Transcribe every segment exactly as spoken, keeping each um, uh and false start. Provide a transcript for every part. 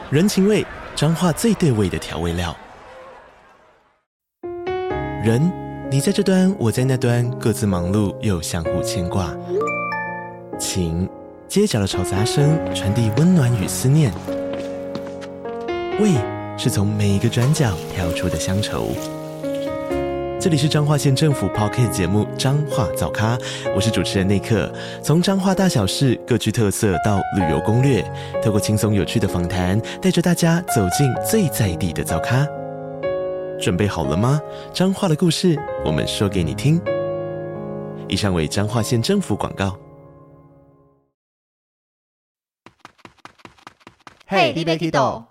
人情味，彰化最对味的调味料。人，你在这端，我在那端，各自忙碌又相互牵挂。情，街角的吵杂声传递温暖与思念。味，是从每一个转角跳出的乡愁。这里是彰化县政府 Podcast 节目《彰化早咖》，我是主持人内克。从彰化大小事各具特色到旅游攻略，透过轻松有趣的访谈，带着大家走进最在地的早咖。准备好了吗？彰化的故事，我们说给你听。以上为彰化县政府广告。 嘿，你要去哪？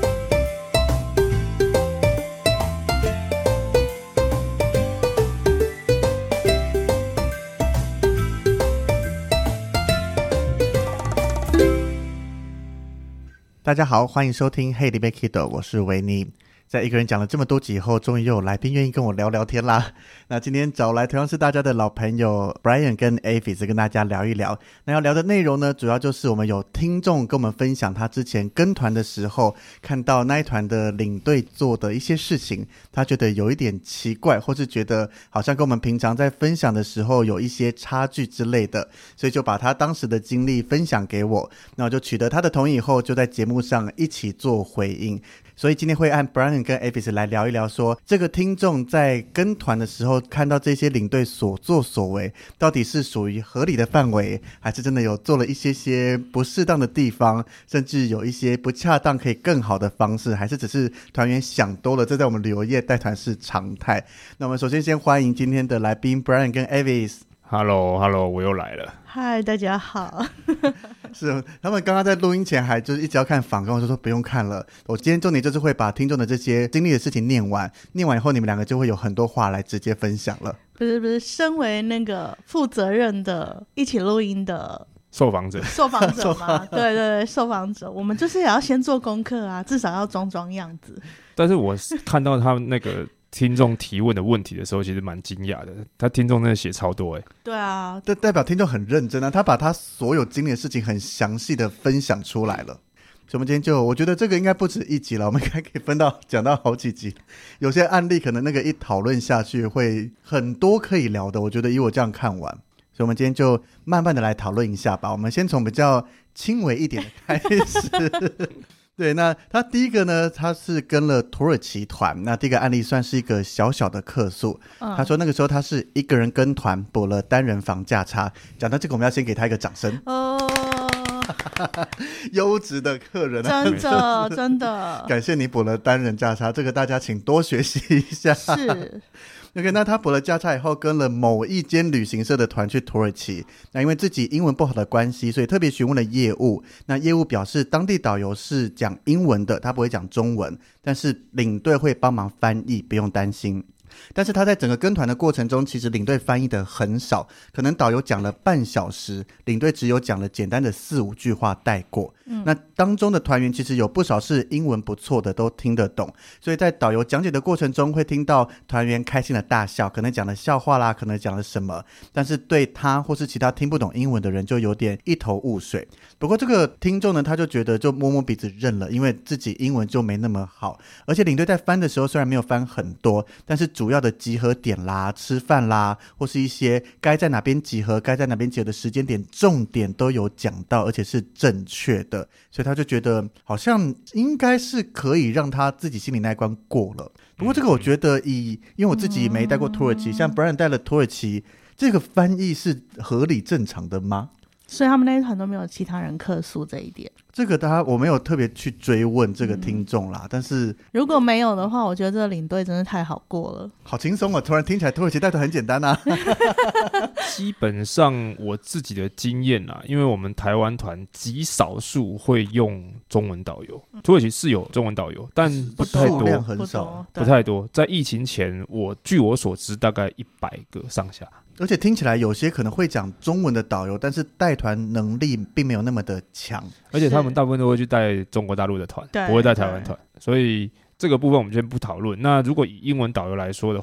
大家好，欢迎收听 Hey, 你要去哪？我是维尼。在一个人讲了这么多集后，终于又有来宾愿意跟我聊聊天啦。那今天找来同样是大家的老朋友 Brian 跟 Avis 跟大家聊一聊。那要聊的内容呢，主要就是我们有听众跟我们分享他之前跟团的时候看到那一团的领队做的一些事情，他觉得有一点奇怪，或是觉得好像跟我们平常在分享的时候有一些差距之类的，所以就把他当时的经历分享给我。那我就取得他的同意后，就在节目上一起做回应。所以今天会按 Brian 跟 Avis 来聊一聊说，这个听众在跟团的时候看到这些领队所作所为到底是属于合理的范围，还是真的有做了一些些不适当的地方，甚至有一些不恰当可以更好的方式，还是只是团员想多了，这在我们旅游业带团是常态。那我们首先先欢迎今天的来宾 Brian 跟 Avis。 Hello Hello 我又来了。 嗨，大家好。 是他们刚刚在录音前还就是一直要看访纲，我就说不用看了，我今天重点就是会把听众的这些经历的事情念完，念完以后你们两个就会有很多话来直接分享了。 不是不是，身为那个负责任的一起录音的受访者受访者嘛对对对，受访者，我们就是也要先做功课啊，至少要装装样子。 但是我看到他们那个听众提问的问题的时候，其实蛮惊讶的。他听众真的写超多哎。 对啊， 这代表听众很认真啊，他把他所有经历的事情很详细的分享出来了。所以我们今天就，我觉得这个应该不止一集了，我们应该可以分到讲到好几集。有些案例可能那个一讨论下去会很多可以聊的，我觉得以我这样看完，所以我们今天就慢慢的来讨论一下吧。我们先从比较轻微一点的开始。对，那他第一个呢，他是跟了土耳其团。那第一个案例算是一个小小的客诉、嗯、他说那个时候他是一个人跟团，补了单人房价差。讲到这个，我们要先给他一个掌声哦。优质的客人、啊、 真的真的感谢你补了单人价差，这个大家请多学习一下。 是 OK， 那他补了价差以后，跟了某一间旅行社的团去土耳其。那因为自己英文不好的关系，所以特别询问了业务。那业务表示，当地导游是讲英文的，他不会讲中文，但是领队会帮忙翻译，不用担心。但是他在整个跟团的过程中，其实领队翻译的很少，可能导游讲了半小时，领队只有讲了简单的四五句话带过、嗯、那当中的团员其实有不少是英文不错的，都听得懂，所以在导游讲解的过程中会听到团员开心的大笑，可能讲了笑话啦，可能讲了什么，但是对他或是其他听不懂英文的人就有点一头雾水。不过这个听众呢，他就觉得就摸摸鼻子认了，因为自己英文就没那么好，而且领队在翻的时候虽然没有翻很多，但是主要的集合点啦、吃饭啦，或是一些该在哪边集合、该在哪边集合的时间点，重点都有讲到，而且是正确的，所以他就觉得好像应该是可以让他自己心里那一关过了。不过这个我觉得以，因为我自己没带过土耳其，像 Brian 带了土耳其，这个翻译是合理正常的吗？ 所以他们那一团都没有其他人客诉这一点。 这个他我没有特别去追问这个听众啦、嗯、但是如果没有的话，我觉得这个领队真的太好过了， 好轻松哦，突然听起来土耳其带团很简单啊。 基本上我自己的经验啦，因为我们台湾团极少数会用中文导游，土耳其是有中文导游，但不太多， 数量很少， 不太多。在疫情前，我据我所知大概一百个上下。 而且听起来有些可能会讲中文的导游，但是带团能力并没有那么的强， 而且他们大部分都会去带中国大陆的团，不会带台湾团，所以这个部分我们先不讨论。那如果以英文导游来说的话，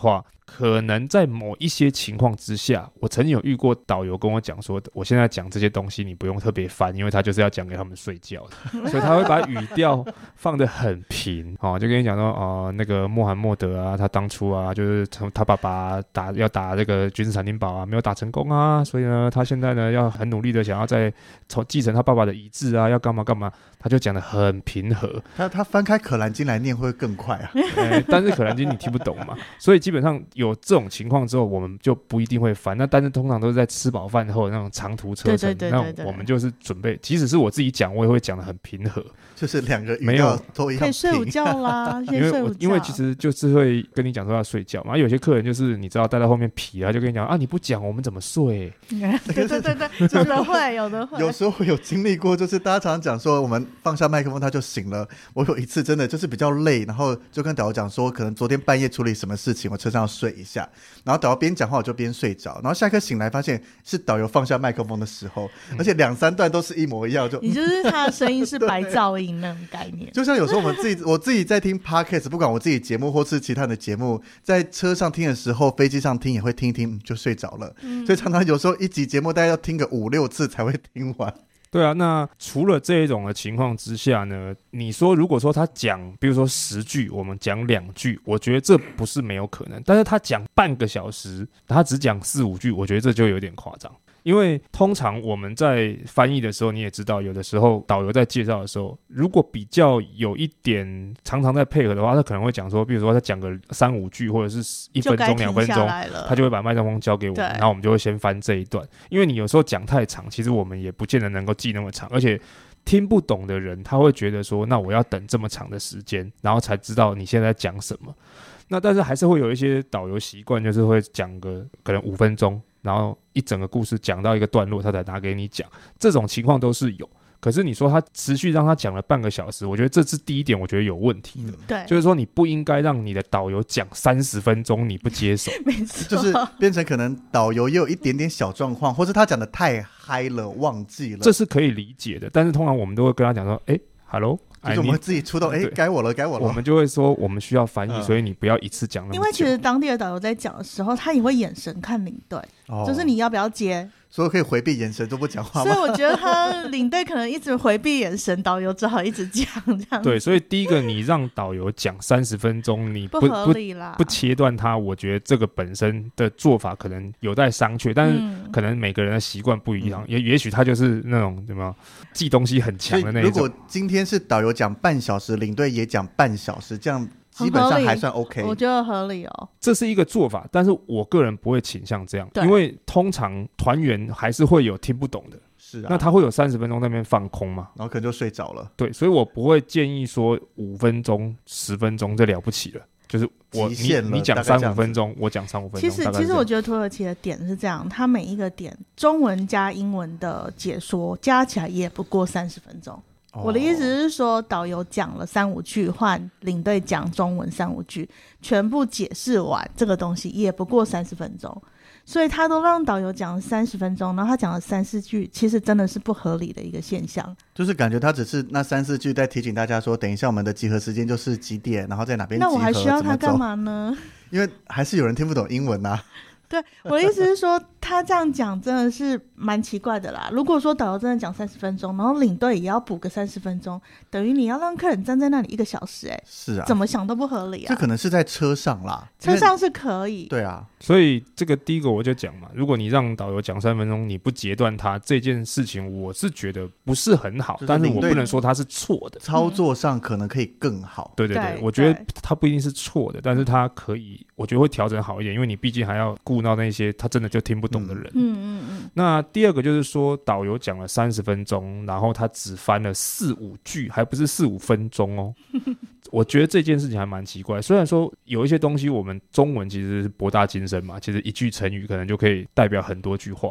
可能在某一些情况之下，我曾经有遇过导游跟我讲说，我现在讲这些东西你不用特别烦，因为他就是要讲给他们睡觉的，所以他会把语调放得很平，哦，就跟你讲说，哦、呃，那个穆罕默德啊，他当初啊，就是他爸爸打要打这个君士坦丁堡啊，没有打成功啊，所以呢，他现在呢要很努力的想要再继承他爸爸的遗志啊，要干嘛干嘛，他就讲得很平和。 他他翻开可兰经来念会更快啊， 欸、但是可兰经你听不懂嘛，所以基本上有这种情况之后，我们就不一定会烦。那但是通常都是在吃饱饭后那种长途车程， 对对对对对， 那我们就是准备，即使是我自己讲，我也会讲得很平和， 就是两个没有都一样可以睡午觉啦， 因为我因为其实就是会跟你讲说要睡觉嘛，有些客人就是你知道待在后面皮啊，就跟你讲啊，你不讲我们怎么睡？ 对对对对，有的会有的会， 有时候我有经历过，就是大家常常讲说我们放下麦克风他就醒了。我有一次真的就是比较累，然后就跟导游讲说，可能昨天半夜处理什么事情，我车上要睡一下，然后导游边讲话我就边睡着，然后下课醒来发现是导游放下麦克风的时候，而且两三段都是一模一样，就你就是他的声音是白噪音那种概念。 就像有时候我们自己我自己在听 podcast， 不管我自己节目或是其他的节目，在车上听的时候，飞机上听也会听一听就睡着了、嗯、所以常常有时候一集节目大概要听个五六次才会听完。 对啊，那除了这一种的情况之下呢，你说如果说他讲比如说十句，我们讲两句，我觉得这不是没有可能，但是他讲半个小时他只讲四五句，我觉得这就有点夸张。因为通常我们在翻译的时候，你也知道有的时候导游在介绍的时候，如果比较有一点常常在配合的话，他可能会讲说，比如说他讲个三五句或者是一分钟两分钟，他就会把麦克风交给我们，然后我们就会先翻这一段。因为你有时候讲太长，其实我们也不见得能够记那么长，而且听不懂的人他会觉得说，那我要等这么长的时间然后才知道你现在在讲什么。那但是还是会有一些导游习惯，就是会讲个可能五分钟，然后一整个故事讲到一个段落他才拿给你讲，这种情况都是有。可是你说他持续让他讲了半个小时，我觉得这是第一点我觉得有问题的、嗯、 对， 就是说你不应该让你的导游讲三十分钟你不接手没错， 就是变成可能导游也有一点点小状况，或是他讲的太嗨了忘记了， 这是可以理解的。但是通常我们都会跟他讲说，哎 ，Hello， 就是我们会自己出动，哎，该我了，该我了。 我们就会说，我们需要翻译、嗯，所以你不要一次讲那么久。 因为其实当地的导游在讲的时候，他也会眼神看领队、哦，就是你要不要接。 所以可以回避眼神都不讲话吗？ 所以我觉得他领队可能一直回避眼神，导游只好一直讲这样子。 对，所以第一个你让导游讲三十分钟，你不不合理啦， 不, 不切断他，我觉得这个本身的做法可能有待商榷，但是可能每个人的习惯不一样，嗯、也也许他就是那种怎么样记东西很强的那一种。 如果今天是导游讲半小时，领队也讲半小时，这样基本上还算 OK， 我觉得合理哦。 这是一个做法，但是我个人不会倾向这样，因为通常团员还是会有听不懂的， 是啊， 那他会有三十分钟在那边放空嘛， 然后可能就睡着了。 对，所以我不会建议说五分钟、十分钟这了不起了，就是我你你讲三五分钟，我讲三五分钟。 其实其实我觉得土耳其的点是这样，它每一个点中文加英文的解说加起来也不过三十分钟。我的意思是说，导游讲了三五句，换领队讲中文三五句，全部解释完这个东西也不过三十分钟，所以他都让导游讲了三十分钟，然后他讲了三四句，其实真的是不合理的一个现象。 就是感觉他只是那三四句在提醒大家说，等一下我们的集合时间就是几点，然后在哪边集合。 那我还需要他干嘛呢？ 因为还是有人听不懂英文啊。 对，我的意思是说他这样讲真的是蛮奇怪的啦。如果说导游真的讲三十分钟，然后领队也要补个三十分钟，等于你要让客人站在那里一个小时、欸，哎， 是啊， 怎么想都不合理啊。 这可能是在车上啦， 车上是可以， 对啊。 所以这个第一个我就讲嘛，如果你让导游讲三分钟，你不截断他这件事情，我是觉得不是很好，就是、但是我不能说他是错的， 操作上可能可以更好。 对对 对, 对，我觉得他不一定是错的，但是他可以，我觉得会调整好一点，因为你毕竟还要顾到那些他真的就听不懂的人。 嗯嗯嗯。 那第二个就是说，导游讲了三十分钟，然后他只翻了四五句，还不是四五分钟哦。我觉得这件事情还蛮奇怪，虽然说有一些东西我们中文其实是博大精深嘛，其实一句成语可能就可以代表很多句话，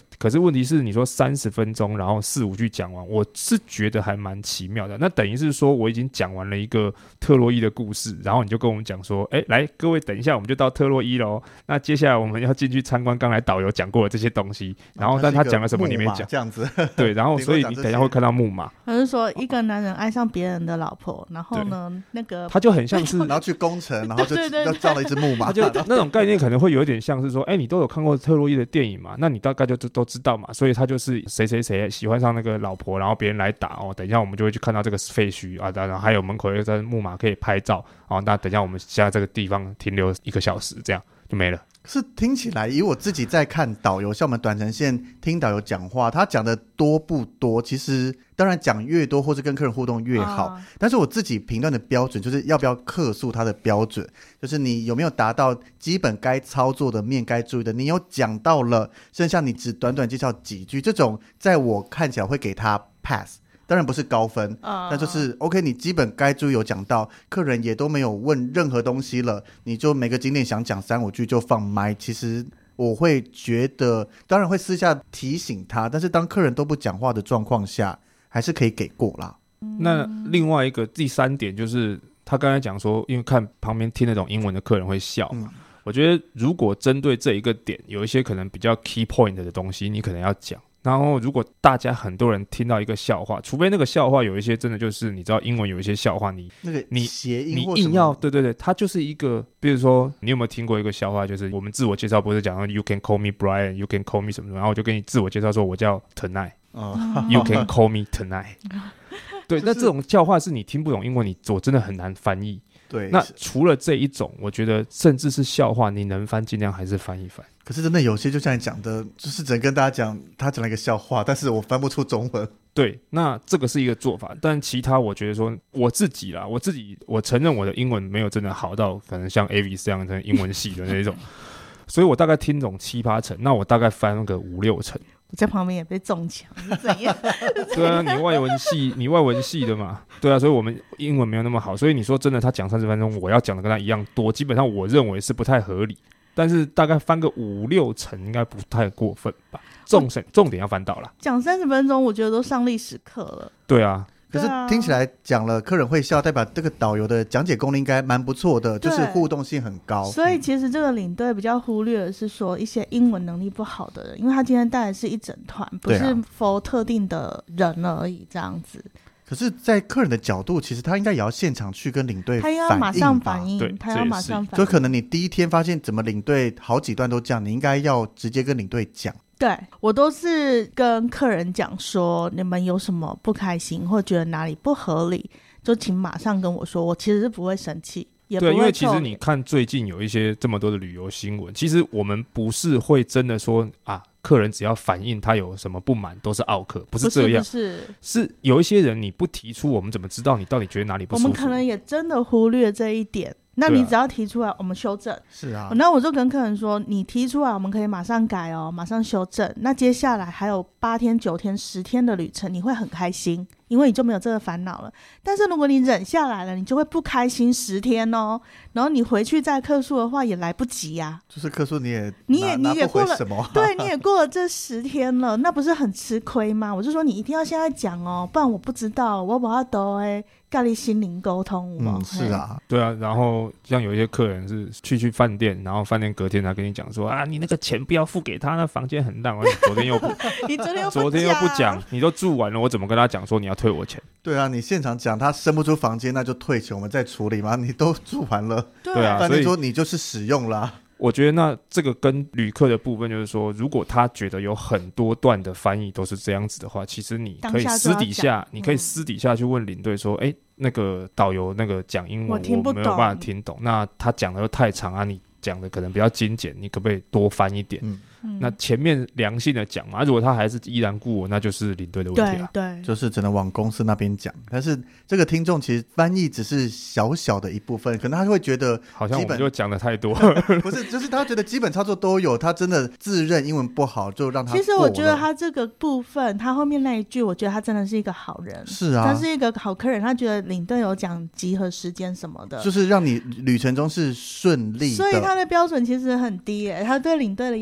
可是问题是你说三十分钟然后四五句讲完，我是觉得还蛮奇妙的。那等于是说我已经讲完了一个特洛伊的故事，然后你就跟我们讲说，哎，来各位等一下我们就到特洛伊咯，那接下来我们要进去参观刚才导游讲过的这些东西，然后但他讲了什么你没讲， 这样子对，然后所以你等一下会看到木马。 他是说一个男人爱上别人的老婆，然后呢那个他就很像是然后去攻城，然后就对对对就造了一只木马， 他就那种概念可能会有点像是说，哎，你都有看过特洛伊的电影嘛，那你大概就都知道嘛，所以他就是谁谁谁喜欢上那个老婆，然后别人来打哦，等一下我们就会去看到这个废墟啊，然后还有门口有一张木马可以拍照哦，那等一下我们现在这个地方停留一个小时，这样就没了。 是听起来，以我自己在看导游，像我们短程线听导游讲话，他讲的多不多？其实当然讲越多，或是跟客人互动越好。啊、但是我自己评断的标准，就是要不要客诉他的标准，就是你有没有达到基本该操作的面该注意的，你有讲到了，剩下你只短短介绍几句，这种在我看起来会给他 pass。当然不是高分，但、uh, 就是 OK， 你基本该注意有讲到，客人也都没有问任何东西了，你就每个景点想讲三五句就放麦。其实我会觉得，当然会私下提醒他，但是当客人都不讲话的状况下，还是可以给过啦。 那另外一个第三点就是他刚才讲说，因为看旁边听那种英文的客人会笑嘛、嗯、我觉得如果针对这一个点，有一些可能比较 key point 的东西，你可能要讲。然后如果大家很多人听到一个笑话，除非那个笑话有一些真的就是你知道英文有一些笑话你那个谐音或你硬要对对对，它就是一个，比如说你有没有听过一个笑话，就是我们自我介绍不是讲说 you can call me Brian you can call me 什么什么，然后我就跟你自我介绍说我叫 Tonight、哦、you can call me Tonight 对、就是、那这种笑话是你听不懂英文，你我真的很难翻译。 对， 那除了这一种，我觉得甚至是笑话，你能翻尽量还是翻一翻。 可是真的有些就像你讲的，就是只能跟大家讲他讲了一个笑话，但是我翻不出中文。 对，那这个是一个做法，但其他我觉得说我自己啦，我自己我承认我的英文没有真的好到可能像 Avis 这样的英文系的那种，所以我大概听懂七八成，那我大概翻个五六成。 我在旁边也被中枪，是怎样？ 对啊，你外文系，你外文系的嘛，对啊，所以我们英文没有那么好，所以你说真的，他讲三十分钟，我要讲的跟他一样多，基本上我认为是不太合理。但是大概翻个五六成，应该不太过分吧？重点重点要翻到啦。 讲三十分钟，我觉得都上历史课了。 对啊。 可是听起来讲了客人会笑，代表这个导游的讲解功力应该蛮不错的，就是互动性很高。 所以其实这个领队比较忽略的是说一些英文能力不好的人，因为他今天带的是一整团，不是 for 特定的人而已这样子。 可是在客人的角度，其实他应该也要现场去跟领队反应吧， 他要马上反应，他要马上反应。 就可能你第一天发现怎么领队好几段都这样，你应该要直接跟领队讲。 对，我都是跟客人讲说，你们有什么不开心或觉得哪里不合理，就请马上跟我说，我其实是不会生气，也不会对，因为其实你看最近有一些这么多的旅游新闻，其实我们不是会真的说啊，客人只要反映他有什么不满都是奥客，不是这样， 不是不是， 是有一些人你不提出，我们怎么知道你到底觉得哪里不舒服？ 我们可能也真的忽略这一点。那你只要提出来我们修正。 是啊， 那我就跟客人说，你提出来我们可以马上改哦，马上修正。那接下来还有八天九天十天的旅程，你会很开心，因为你就没有这个烦恼了。但是如果你忍下来了，你就会不开心十天哦，然后你回去再客诉的话也来不及呀、啊。 就是客诉你也你也你也过了什么、啊、 对，你也过了这十天了，那不是很吃亏吗？我就说你一定要现在讲哦，不然我不知道，我不要懂哎。跟你心灵沟通， 嗯，是啊， 对啊，然后像有一些客人是去去饭店，然后饭店隔天他跟你讲说啊，你那个钱不要付给他，那房间很烂，你昨天又不， 你昨天又不昨天又不讲，你都住完了，我怎么跟他讲说你要退我钱？ 对啊，你现场讲他生不出房间，那就退钱，我们再处理嘛。你都住完了， 对啊， 饭店说你就是使用啦。 我觉得那这个跟旅客的部分就是说，如果他觉得有很多段的翻译都是这样子的话，其实你可以私底下，你可以私底下去问领队说，哎、嗯，那个导游那个讲英文我没有办法听懂，那他讲的又太长啊，你讲的可能比较精简，你可不可以多翻一点？嗯。那前面良性的讲嘛，如果他还是依然故我，那就是领队的问题了。 对对， 就是只能往公司那边讲。但是这个听众其实翻译只是小小的一部分，可能他会觉得好像我们就讲的太多。 不是，就是他觉得基本操作都有，他真的自认英文不好，就让他过了。 其实我觉得他这个部分，他后面那一句，我觉得他真的是一个好人。 是啊， 他是一个好客人，他觉得领队有讲集合时间什么的， 就是让你旅程中是顺利的。 所以他的标准其实很低耶，他对领队的要求很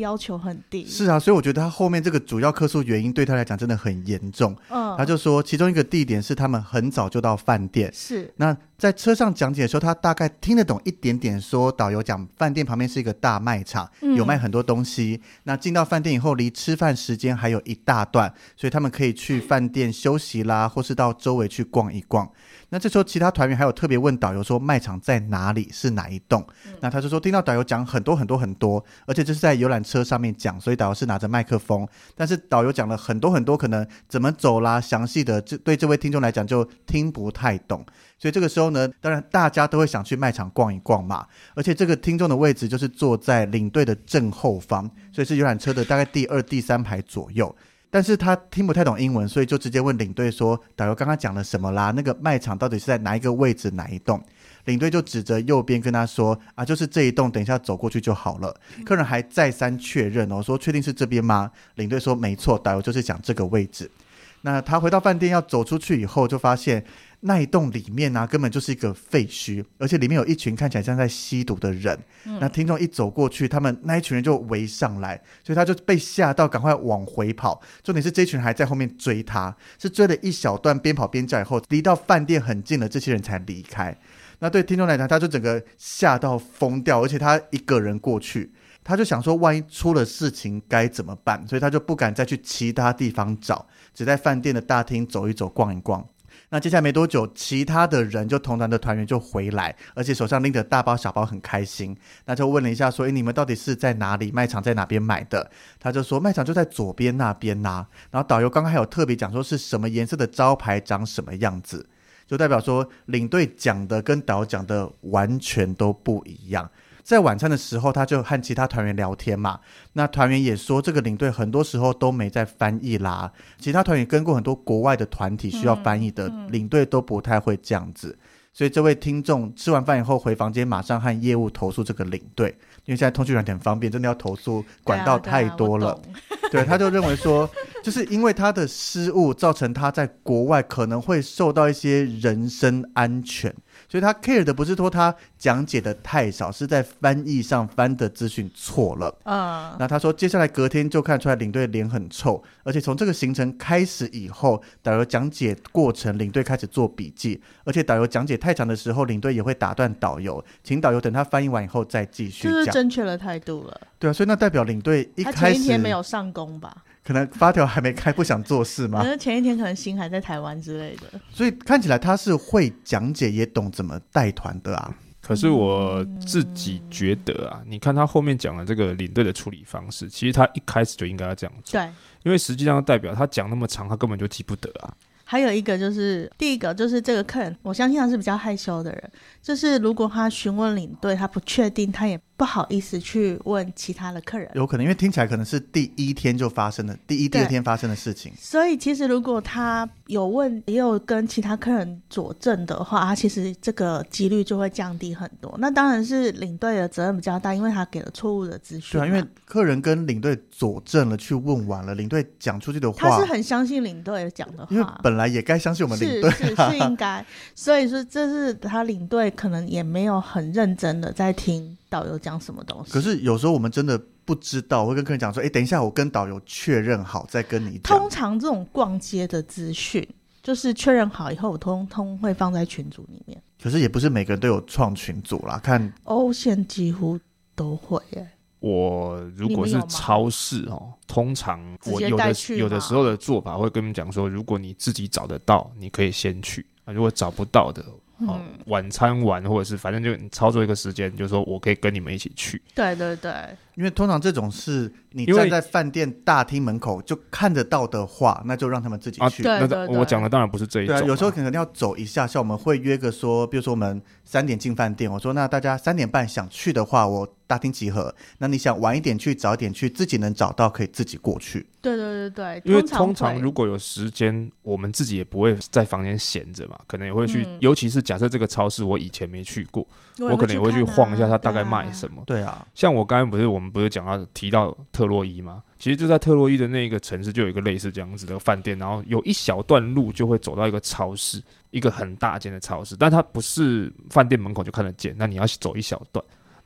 很低。 是啊，所以我觉得他后面这个主要客诉原因对他来讲真的很严重。嗯，他就说其中一个地点是他们很早就到饭店， 是那在车上讲解的时候，他大概听得懂一点点，说导游讲饭店旁边是一个大卖场，嗯、有卖很多东西。那进到饭店以后，离吃饭时间还有一大段，所以他们可以去饭店休息啦，或是到周围去逛一逛。那这时候其他团员还有特别问导游说卖场在哪里，是哪一栋、嗯、那他就说听到导游讲很多很多很多，而且这是在游览车上面讲，所以导游是拿着麦克风，但是导游讲了很多很多，可能怎么走啦详细的，对这位听众来讲就听不太懂。所以这个时候呢，当然大家都会想去卖场逛一逛嘛，而且这个听众的位置就是坐在领队的正后方，所以是游览车的大概第二第三排左右。但是他听不太懂英文，所以就直接问领队说导游刚刚讲了什么啦，那个卖场到底是在哪一个位置哪一栋。领队就指着右边跟他说啊，就是这一栋，等一下走过去就好了。客人还再三确认哦，说确定是这边吗？领队说没错，导游就是讲这个位置。那他回到饭店要走出去以后，就发现那一栋里面啊根本就是一个废墟，而且里面有一群看起来像在吸毒的人、嗯、那听众一走过去，他们那一群人就围上来，所以他就被吓到赶快往回跑。重点是这群人还在后面追他，是追了一小段，边跑边叫以后离到饭店很近了，这些人才离开。那对听众来讲，他就整个吓到疯掉，而且他一个人过去，他就想说万一出了事情该怎么办，所以他就不敢再去其他地方找，只在饭店的大厅走一走逛一逛。那接下来没多久，其他的人就同团的团员就回来，而且手上拎着大包小包很开心。那就问了一下说，诶，你们到底是在哪里，卖场在哪边买的？他就说卖场就在左边那边啊。然后导游刚刚还有特别讲说是什么颜色的招牌长什么样子，就代表说领队讲的跟导游讲的完全都不一样。在晚餐的时候，他就和其他团员聊天嘛，那团员也说这个领队很多时候都没在翻译啦，其他团员跟过很多国外的团体需要翻译的、嗯嗯、领队都不太会这样子。所以这位听众吃完饭以后回房间，马上和业务投诉这个领队，因为现在通讯软体很方便，真的要投诉管道太多了。对, 啊对, 啊对，他就认为说就是因为他的失误造成他在国外可能会受到一些人身安全，所以他 care 的不是说他讲解的太少，是在翻译上翻的资讯错了。嗯，那他说接下来隔天就看出来领队脸很臭，而且从这个行程开始以后，导游讲解过程领队开始做笔记，而且导游讲解太长的时候，领队也会打断导游，请导游等他翻译完以后再继续讲， 就是正确了态度了。 对啊，所以那代表领队一开始他前一天没有上工吧， 可能发条还没开，不想做事吗？ 可能前一天可能心还在台湾之类的， 所以看起来他是会讲解也懂怎么带团的啊。 可是我自己觉得啊、嗯、你看他后面讲的这个领队的处理方式，其实他一开始就应该要这样做。对，因为实际上代表他讲那么长，他根本就记不得啊。 还有一个就是第一个就是这个客人，我相信他是比较害羞的人，就是如果他询问领队他不确定，他也不好意思去问其他的客人， 有可能因为听起来可能是第一天就发生的，第一第二天发生的事情。 所以其实如果他有问也有跟其他客人佐证的话，他其实这个几率就会降低很多。那当然是领队的责任比较大，因为他给了错误的资讯。 对啊，因为客人跟领队佐证了，去问完了，领队讲出去的话， 他是很相信领队讲的话， 因为本来也该相信我们领队、啊、 是是是应该，所以说这是他领队可能也没有很认真的在听导游讲什么东西。 可是有时候我们真的不知道，我会跟客人讲说，哎，等一下我跟导游确认好再跟你讲。 通常这种逛街的资讯就是确认好以后，我通通会放在群组里面。 可是也不是每个人都有创群组啦，看欧线几乎都会耶。 我如果是超市哦，通常我有的有的时候的做法会跟你们讲说，如果你自己找得到，你可以先去；如果找不到的，哦嗯、晚餐完或者是反正就你操作一个时间，就说我可以跟你们一起去。 对对对， 因为通常这种是你站在饭店大厅门口就看得到的话，那就让他们自己去。 啊、对对对， 我讲的当然不是这一种、啊。 对啊，有时候可能要走一下，像我们会约个说，比如说我们三点进饭店，我说那大家三点半想去的话，我大厅集合。那你想晚一点去，早一点去，自己能找到可以自己过去。 对对对对， 因为通常如果有时间，我们自己也不会在房间闲着嘛，可能也会去，嗯、尤其是假设这个超市我以前没去过，我, 我可能也会去晃一下，它大概卖什么。 对啊， 像我刚才不是我们不是讲到提到特洛伊吗？其实就在特洛伊的那个城市就有一个类似这样子的饭店，然后有一小段路就会走到一个超市，一个很大间的超市，但它不是饭店门口就看得见，那你要走一小段。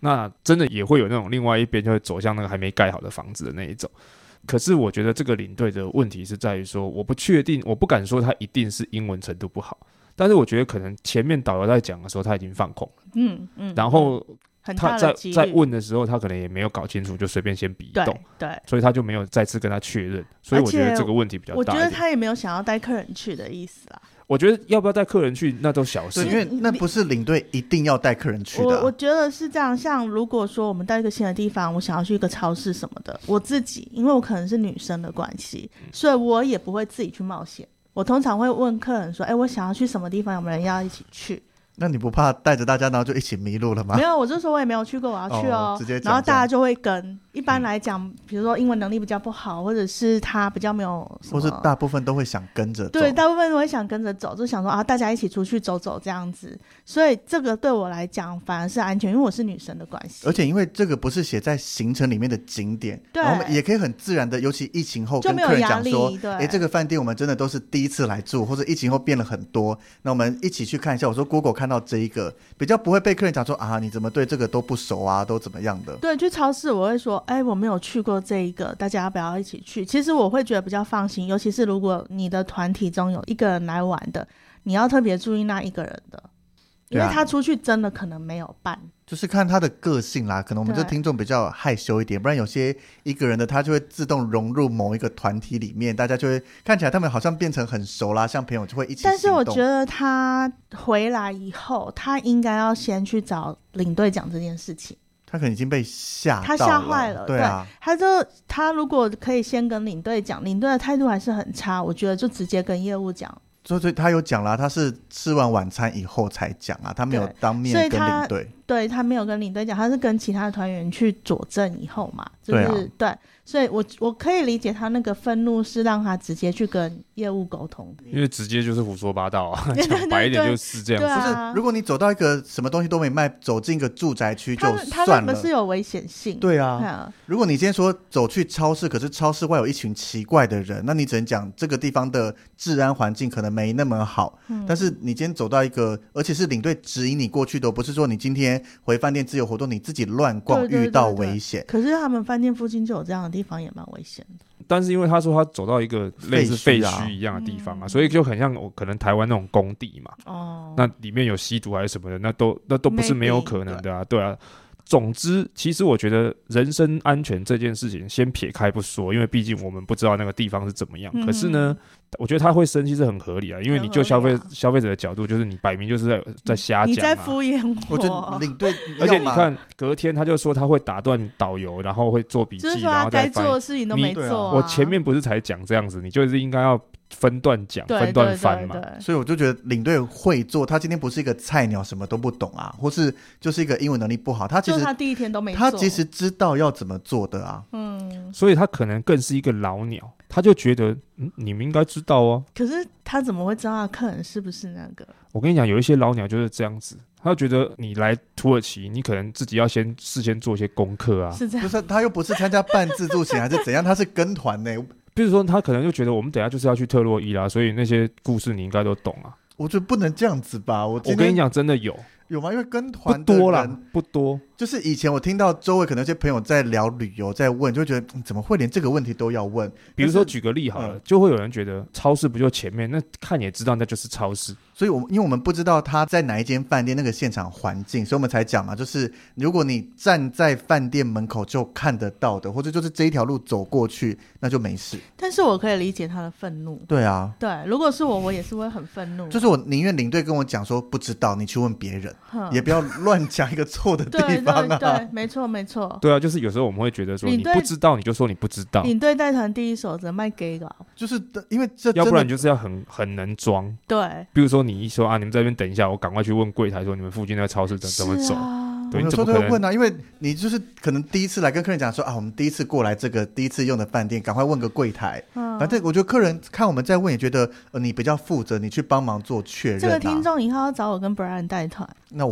那真的也会有那种另外一边就会走向那个还没盖好的房子的那一种。可是我觉得这个领队的问题是在于说，我不确定，我不敢说他一定是英文程度不好，但是我觉得可能前面导游在讲的时候他已经放空了， 嗯嗯， 然后他在在问的时候他可能也没有搞清楚，就随便先比动， 对对， 所以他就没有再次跟他确认，所以我觉得这个问题比较大一点。 我觉得他也没有想要带客人去的意思啦。 我觉得要不要带客人去那都小事， 因为那不是领队一定要带客人去的、啊。 我我觉得是这样，像如果说我们到一个新的地方，我想要去一个超市什么的，我自己因为我可能是女生的关系，所以我也不会自己去冒险。我通常会问客人说：“哎，我想要去什么地方，有没有人要一起去？” 那你不怕带着大家然后就一起迷路了吗？ 没有，我就说我也没有去过，我要去 哦, 哦直接讲，然后大家就会跟。一般来讲、嗯、比如说英文能力比较不好，或者是他比较没有什么， 或是大部分都会想跟着走， 对，大部分都会想跟着走，就想说啊，大家一起出去走走这样子。所以这个对我来讲反而是安全，因为我是女生的关系， 而且因为这个不是写在行程里面的景点， 对， 然后我们也可以很自然的，尤其疫情后跟客人讲说，哎，这个饭店我们真的都是第一次来住，或者疫情后变了很多，那我们一起去看一下。我说 Google 看到这一个比较不会被客人讲说啊，你怎么对这个都不熟啊，都怎么样的。 对，去超市我会说，哎，我没有去过这一个，大家要不要一起去？其实我会觉得比较放心，尤其是如果你的团体中有一个人来玩的，你要特别注意那一个人的，因为他出去真的可能没有伴， 就是看他的个性啦。可能我们这听众比较害羞一点，不然有些一个人的他就会自动融入某一个团体里面，大家就会看起来他们好像变成很熟啦，像朋友就会一起行动。 但是我觉得他回来以后，他应该要先去找领队讲这件事情。 他可能已经被吓到了， 他吓坏了， 对啊， 对，他就他如果可以先跟领队讲，领队的态度还是很差，我觉得就直接跟业务讲。 所以他有讲啦，他是吃完晚餐以后才讲啊，他没有当面跟领队， 对，他没有跟领队讲，他是跟其他的团员去佐证以后嘛，就是 对,、啊、对，所以我我可以理解他那个愤怒是让他直接去跟业务沟通， 因为直接就是胡说八道啊，讲白一点就是这样子。 啊、 不是，如果你走到一个什么东西都没卖，走进一个住宅区就算了， 他那个是有危险性。 对啊，对啊，如果你今天说走去超市，可是超市外有一群奇怪的人，那你只能讲这个地方的治安环境可能没那么好。嗯、但是你今天走到一个，而且是领队指引你过去的，不是说你今天回饭店自由活动，你自己乱逛，对对对对，遇到危险。 可是他们饭店附近就有这样的地方，也蛮危险的。 但是因为他说他走到一个类似废墟一样的地方啊，所以就很像我可能台湾那种工地嘛，哦，那里面有吸毒还是什么的，那都那都不是没有可能的啊，对啊。总之，其实我觉得人身安全这件事情先撇开不说，因为毕竟我们不知道那个地方是怎么样。嗯、可是呢，我觉得他会生气是很合理啊，因为你就消费、啊、消费者的角度，就是你摆明就是在在瞎讲、啊， 你在敷衍我。 我觉得领队， 而且你看隔天他就说他会打断导游，然后会做笔记， 就是说他该做的事情都没做、啊。 我前面不是才讲这样子，你就是应该要分段讲，分段翻嘛。 所以我就觉得领队会做，他今天不是一个菜鸟，什么都不懂啊，或是就是一个英文能力不好，他其实就他第一天都没做， 他其实知道要怎么做的啊。 嗯， 所以他可能更是一个老鸟，他就觉得嗯，你们应该知道啊。 可是他怎么会知道他客人是不是那个？ 我跟你讲，有一些老鸟就是这样子。他就觉得你来土耳其，你可能自己要先事先做一些功课啊。 是这样， 不是他又不是参加半自助行还是怎样，他是跟团呢。 比如说，他可能就觉得我们等一下就是要去特洛伊啦，所以那些故事你应该都懂啊。 我觉得不能这样子吧，我我跟你讲，真的有有吗？因为跟团不多啦，不多。 就是以前我听到周围可能有些朋友在聊旅游，在问，就会觉得、嗯、怎么会连这个问题都要问？ 比如说举个例好了，嗯、就会有人觉得超市不就前面，那看也知道那就是超市。 所以我，因为我们不知道他在哪一间饭店那个现场环境，所以我们才讲嘛，就是如果你站在饭店门口就看得到的，或者就是这一条路走过去，那就没事。 但是我可以理解他的愤怒。 对啊， 对，如果是我，我也是会很愤怒。 就是我宁愿领队跟我讲说不知道，你去问别人，也不要乱讲一个错的地方啊。 对对对，没错没错。 对啊，就是有时候我们会觉得说你不知道，你就说你不知道。 领队带团第一守则卖给稿， 就是因为这要不然你就是要很很能装。 对， 比如说你一说啊，你们在这边等一下，我赶快去问柜台说你们附近那个超市怎怎么走。 对，有时候都会问啊，因为你就是可能第一次来跟客人讲说啊，我们第一次过来这个第一次用的饭店，赶快问个柜台。嗯，反正我觉得客人看我们在问，也觉得呃你比较负责，你去帮忙做确认、啊。 这个听众以后要找我跟 Brian 带团， 那我呢？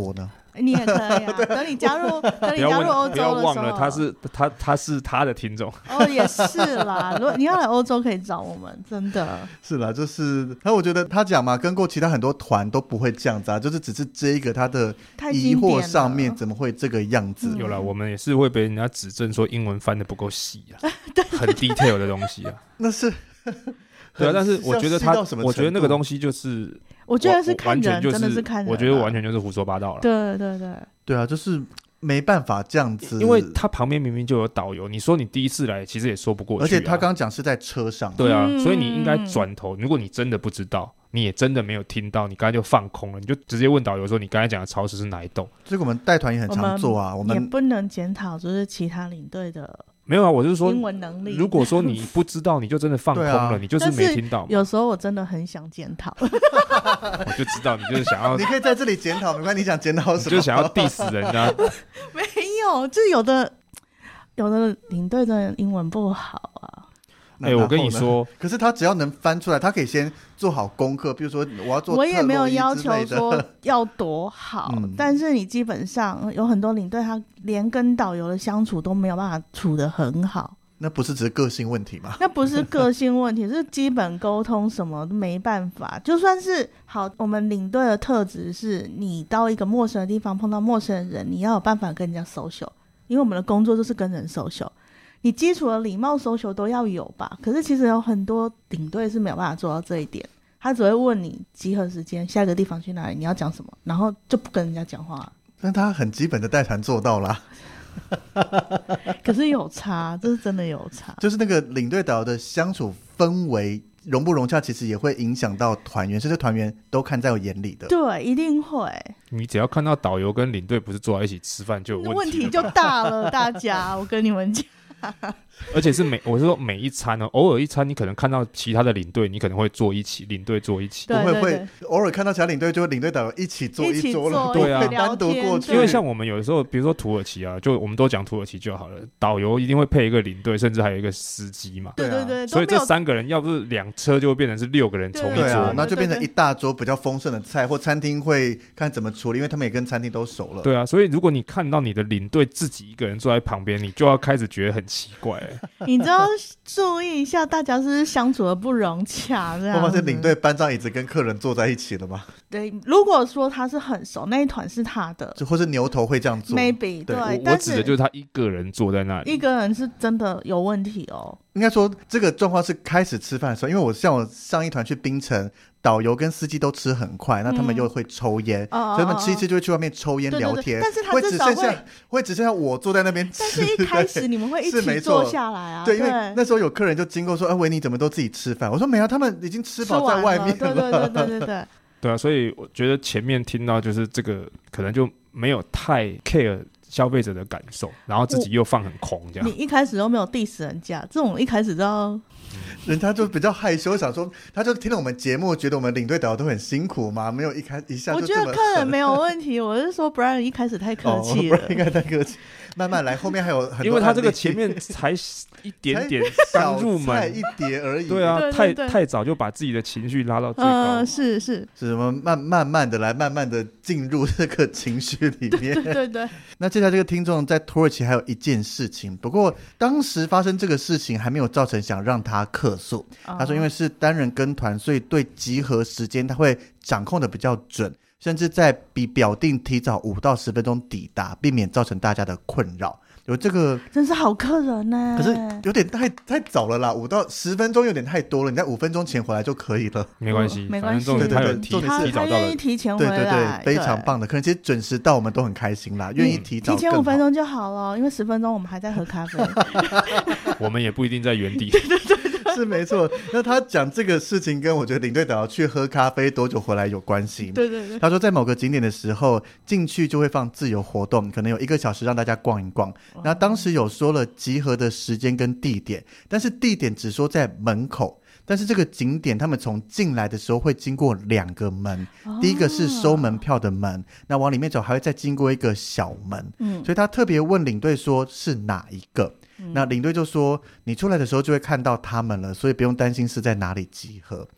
你也可以啊。等你加入，等你加入欧洲的时候， 不要忘了他是他他是他的听众。 哦，也是啦。如果你要来欧洲，可以找我们，真的是啦。就是他，我觉得他讲嘛，跟过其他很多团都不会这样子啊，就是只是这一个他的疑惑上面怎么会这个样子？ 有啦，我们也是会被人家指正说英文翻的不够细啊，很 detail 的东西啊。 那是。 对啊，但是我觉得他，我觉得那个东西就是， 我觉得是看人， 完全就是、 真的是看人、啊。 我觉得完全就是胡说八道了。 对对对， 对啊，就是没办法这样子， 因为他旁边明明就有导游，你说你第一次来，其实也说不过去、啊。 而且他刚刚讲是在车上， 对啊，所以你应该转头。如果你真的不知道，你也真的没有听到，你刚才就放空了，你就直接问导游说你刚才讲的超市是哪一栋。 这个我们带团也很常做啊，我们也不能检讨，就是其他领队的。 没有啊，我是说英文能力。 如果说你不知道，你就真的放空了，啊、你就是没听到。 有时候我真的很想检讨， 我就知道你就是想要。 你可以在这里检讨，没关系，你想检讨什么？ 你就想要 diss 人家。 没有，就是有的有的领队真的英文不好啊。 哎、欸，我跟你说， 可是他只要能翻出来，他可以先做好功课。比如说，我要做， 我也没有要求说要多好，嗯、但是你基本上有很多领队，他连跟导游的相处都没有办法处得很好。 那不是只是个性问题吗？ 那不是个性问题，是基本沟通什么都没办法。就算是好，我们领队的特质是，你到一个陌生的地方碰到陌生的人，你要有办法跟人家 social， 因为我们的工作就是跟人 social。你基础的礼貌 social 都要有吧，可是其实有很多领队是没有办法做到这一点，他只会问你集合时间，下一个地方去哪里，你要讲什么，然后就不跟人家讲话。 但他很基本的带团做到啦。 可是有差，这是真的有差。 就是那个领队导游的相处氛围融不融洽，其实也会影响到团员，甚至团员都看在我眼里的。 对，一定会。 你只要看到导游跟领队不是坐在一起吃饭，就有问题， 问题就大了。大家，我跟你们讲。 而且是每，我是说每一餐呢、哦，偶尔一餐你可能看到其他的领队，你可能会坐一起，领队坐一起， 对对对， 不会会偶尔看到其他领队，就领队导游一起坐一桌了， 对啊， 单独过去。 因为像我们有的时候，比如说土耳其啊，就我们都讲土耳其就好了，导游一定会配一个领队，甚至还有一个司机嘛， 对对对， 所以这三个人要不是两车，就会变成是六个人冲一桌， 对啊，那就变成一大桌比较丰盛的菜，或餐厅会看怎么处理，因为他们也跟餐厅都熟了。 对啊，所以如果你看到你的领队自己一个人坐在旁边，你就要开始觉得很奇怪、欸。 你知道注意一下，大家是不是相处的不融洽？这样子， 我发现领队搬张椅子跟客人坐在一起了吗？ 对，如果说他是很熟，那一团是他的， 就或是牛头会这样做 ，maybe 对。 我, 我指的就是他一个人坐在那里， 一个人是真的有问题哦。 应该说这个状况是开始吃饭的时候，因为我像我上一团去槟城，导游跟司机都吃很快，那他们又会抽烟、嗯、所以他们吃一吃就会去外面抽烟聊天， 对对对，但是他至少 会, 会, 只剩下会只剩下我坐在那边吃。 但是一开始你们会一起坐下来啊， 对，因为那时候有客人就经过说，哎、啊，维尼怎么都自己吃饭？我说没有，他们已经吃饱在外面了。 对对对对对对。 对啊，所以我觉得前面听到就是这个可能就没有太 care消费者的感受，然后自己又放很空这样。 你一开始都没有 diss 人家，这种一开始都要人家就比较害羞，想说他就听了我们节目，觉得我们领队导游都很辛苦嘛，没有一开一下就这么。 我觉得客人没有问题，我是说 Brian 一开始太客气了， 哦、Brian 应该太客气，慢慢来，后面还有很多， 因为他这个前面才一点点刚入门一碟而已， 对啊， 对对对， 太太早就把自己的情绪拉到最高， 呃、是是是什么慢慢慢的来，慢慢的进入这个情绪里面， 对对对对。 那接下来这个听众在土耳其还有一件事情，不过当时发生这个事情还没有造成想让他客诉，哦、他说因为是单人跟团，所以对集合时间他会掌控的比较准，甚至在比表定提早五到十分钟抵达，避免造成大家的困扰。有这个真是好客人呢， 可是有点太太早了啦，五到十分钟有点太多了，你在五分钟前回来就可以了。 没关系， 没关系， 反正他有提他提早到了， 他愿意提前回来， 对对对，非常棒的。可能其实准时到我们都很开心啦，愿意提早提前五分钟就好了，因为十分钟我们还在喝咖啡， 我们也不一定在原地。 对对对对。 是没错，那他讲这个事情跟我觉得领队导游去喝咖啡多久回来有关系。 对对对， 他说在某个景点的时候进去就会放自由活动，可能有一个小时让大家逛一逛、哦、那当时有说了集合的时间跟地点，但是地点只说在门口，但是这个景点他们从进来的时候会经过两个门、哦、第一个是收门票的门，那往里面走还会再经过一个小门、嗯、所以他特别问领队说是哪一个，那领队就说你出来的时候就会看到他们了，所以不用担心是在哪里集合。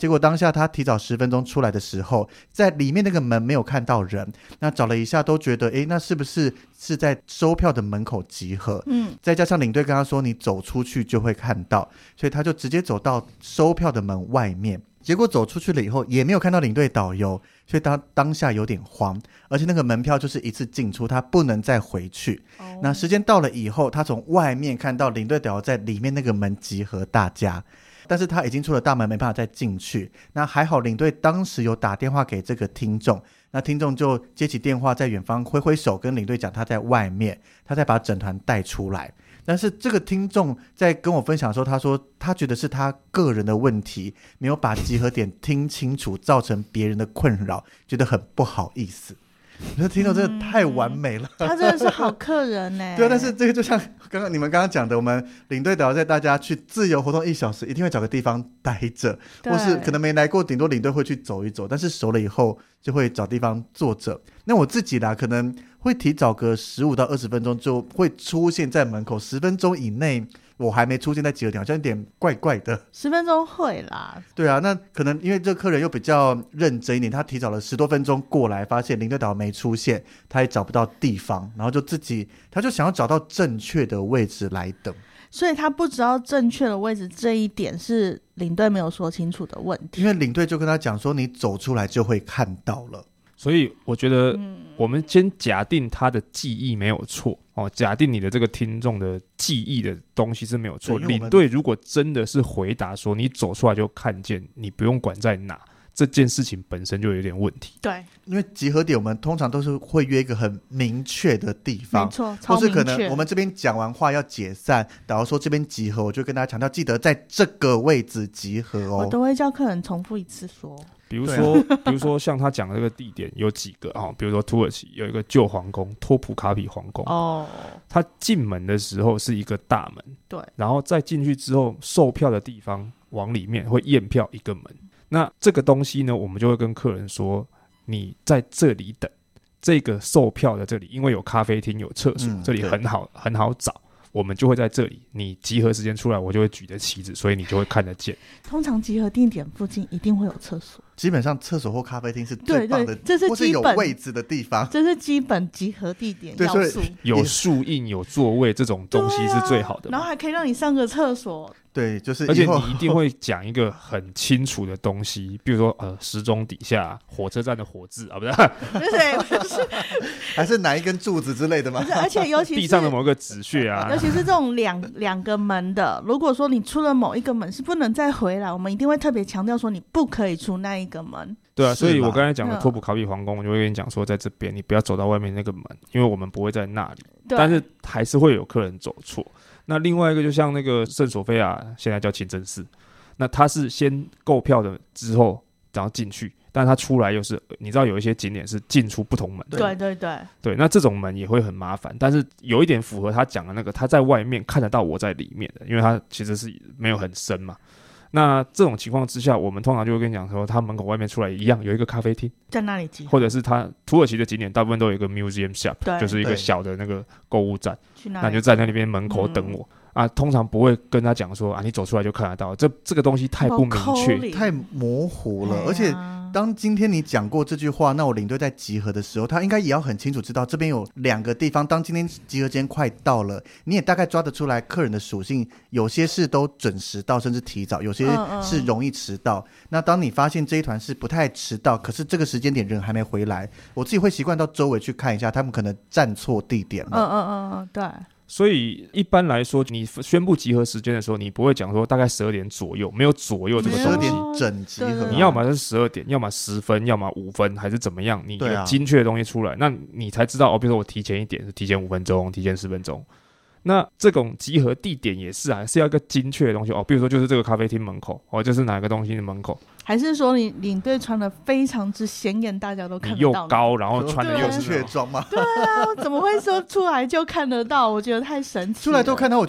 结果当下他提早十分钟出来的时候，在里面那个门没有看到人，那找了一下都觉得诶，那是不是是在收票的门口集合，嗯，再加上领队跟他说你走出去就会看到，所以他就直接走到收票的门外面，结果走出去了以后也没有看到领队导游，所以他当下有点慌，而且那个门票就是一次进出，他不能再回去、哦、那时间到了以后，他从外面看到领队导游在里面那个门集合大家，但是他已经出了大门没办法再进去，那还好领队当时有打电话给这个听众，那听众就接起电话在远方挥挥手跟领队讲他在外面，他再把整团带出来。但是这个听众在跟我分享的时候，他说他觉得是他个人的问题，没有把集合点听清楚，造成别人的困扰，觉得很不好意思。我觉得听众真的太完美了、 嗯、他真的是好客人耶对啊，但是这个就像刚刚你们刚刚讲的，我们领队导游带大家去自由活动一小时，一定会找个地方待着，或是可能没来过，顶多领队会去走一走，但是熟了以后就会找地方坐着。那我自己啦，可能会提早个十五到二十分钟就会出现在门口，十分钟以内我还没出现在集合点，好像有点怪怪的。 十分钟会啦。对啊，那可能因为这客人又比较认真一点，他提早了十多分钟过来，发现领队导游没出现，他也找不到地方，然后就自己他就想要找到正确的位置来等。 所以他不知道正确的位置，这一点是领队没有说清楚的问题。 因为领队就跟他讲说，你走出来就会看到了。 所以我觉得我们先假定他的记忆没有错、哦、假定你的这个听众的记忆的东西是没有错，领队如果真的是回答说你走出来就看见，你不用管在哪，这件事情本身就有点问题。 对， 因为集合点我们通常都是会约一个很明确的地方， 没错，超明确。 或是可能我们这边讲完话要解散，导游说这边集合，我就跟大家强调记得在这个位置集合哦。 我都会叫客人重复一次说。 比如说、啊、比如说像他讲的这个地点有几个、哦、比如说土耳其有一个旧皇宫托普卡比皇宫哦，他进门的时候是一个大门， 对， 然后再进去之后售票的地方往里面会验票一个门，那这个东西呢我们就会跟客人说你在这里等，这个售票的这里因为有咖啡厅有厕所、嗯、这里很好很好找，我们就会在这里，你集合时间出来我就会举着旗子，所以你就会看得见。通常集合地点附近一定会有厕所， 基本上厕所或咖啡厅是最棒的， 对对，这是基本，或是有位置的地方， 这是基本集合地点要素。 有树荫有座位这种东西是最好的、啊、 然后还可以让你上个厕所。 对，就是而且你一定会讲一个很清楚的东西，比如说呃时钟底下火车站的火字啊，不是不是还是哪一根柱子之类的吗？ 而且尤其是地上的某个纸屑啊， 尤其是这种两两个门的，如果说你出了某一个门是不能再回来，我们一定会特别强调说你不可以出那一个门。 对啊，所以我刚才讲的托普卡比皇宫，我就会跟你讲说在这边你不要走到外面那个门，因为我们不会在那里，但是还是会有客人走错。那另外一个就像那个圣索菲亚现在叫清真寺，那他是先购票的之后然后进去，但他出来又是你知道有一些景点是进出不同门的， 对对对对，那这种门也会很麻烦，但是有一点符合他讲的那个他在外面看得到我在里面的，因为他其实是没有很深嘛。那这种情况之下，我们通常就会跟你讲说，他门口外面出来一样有一个咖啡厅， 在那里集合， 或者是他土耳其的景点大部分都有一个 museum shop， 就是一个小的那个购物站，那你就在那边门口等我、嗯、啊。通常不会跟他讲说啊，你走出来就看得到，这这个东西太不明确， 太模糊了，而且。当今天你讲过这句话，那我领队在集合的时候，他应该也要很清楚知道这边有两个地方。当今天集合间快到了，你也大概抓得出来客人的属性，有些是都准时到甚至提早，有些是容易迟到、嗯嗯、那当你发现这一团是不太迟到，可是这个时间点人还没回来，我自己会习惯到周围去看一下，他们可能站错地点了。 嗯嗯嗯嗯，对。 所以一般来说你宣布集合时间的时候，你不会讲说大概十二点左右，没有左右这个东西， 十二点整集合， 你要么是十二点，要么十分，要么五分，还是怎么样，你有精确的东西出来、啊、那你才知道哦。比如说我提前一点是提前五分钟，提前十分钟，那这种集合地点也是啊，是要一个精确的东西哦。比如说就是这个咖啡厅门口哦，就是哪个东西的门口， 还是说你领队穿的非常之显眼，大家都看得到， 你又高，然后穿的又确装吗？ 对啊，怎么会说出来就看得到？我觉得太神奇了。 出来都看到，我觉得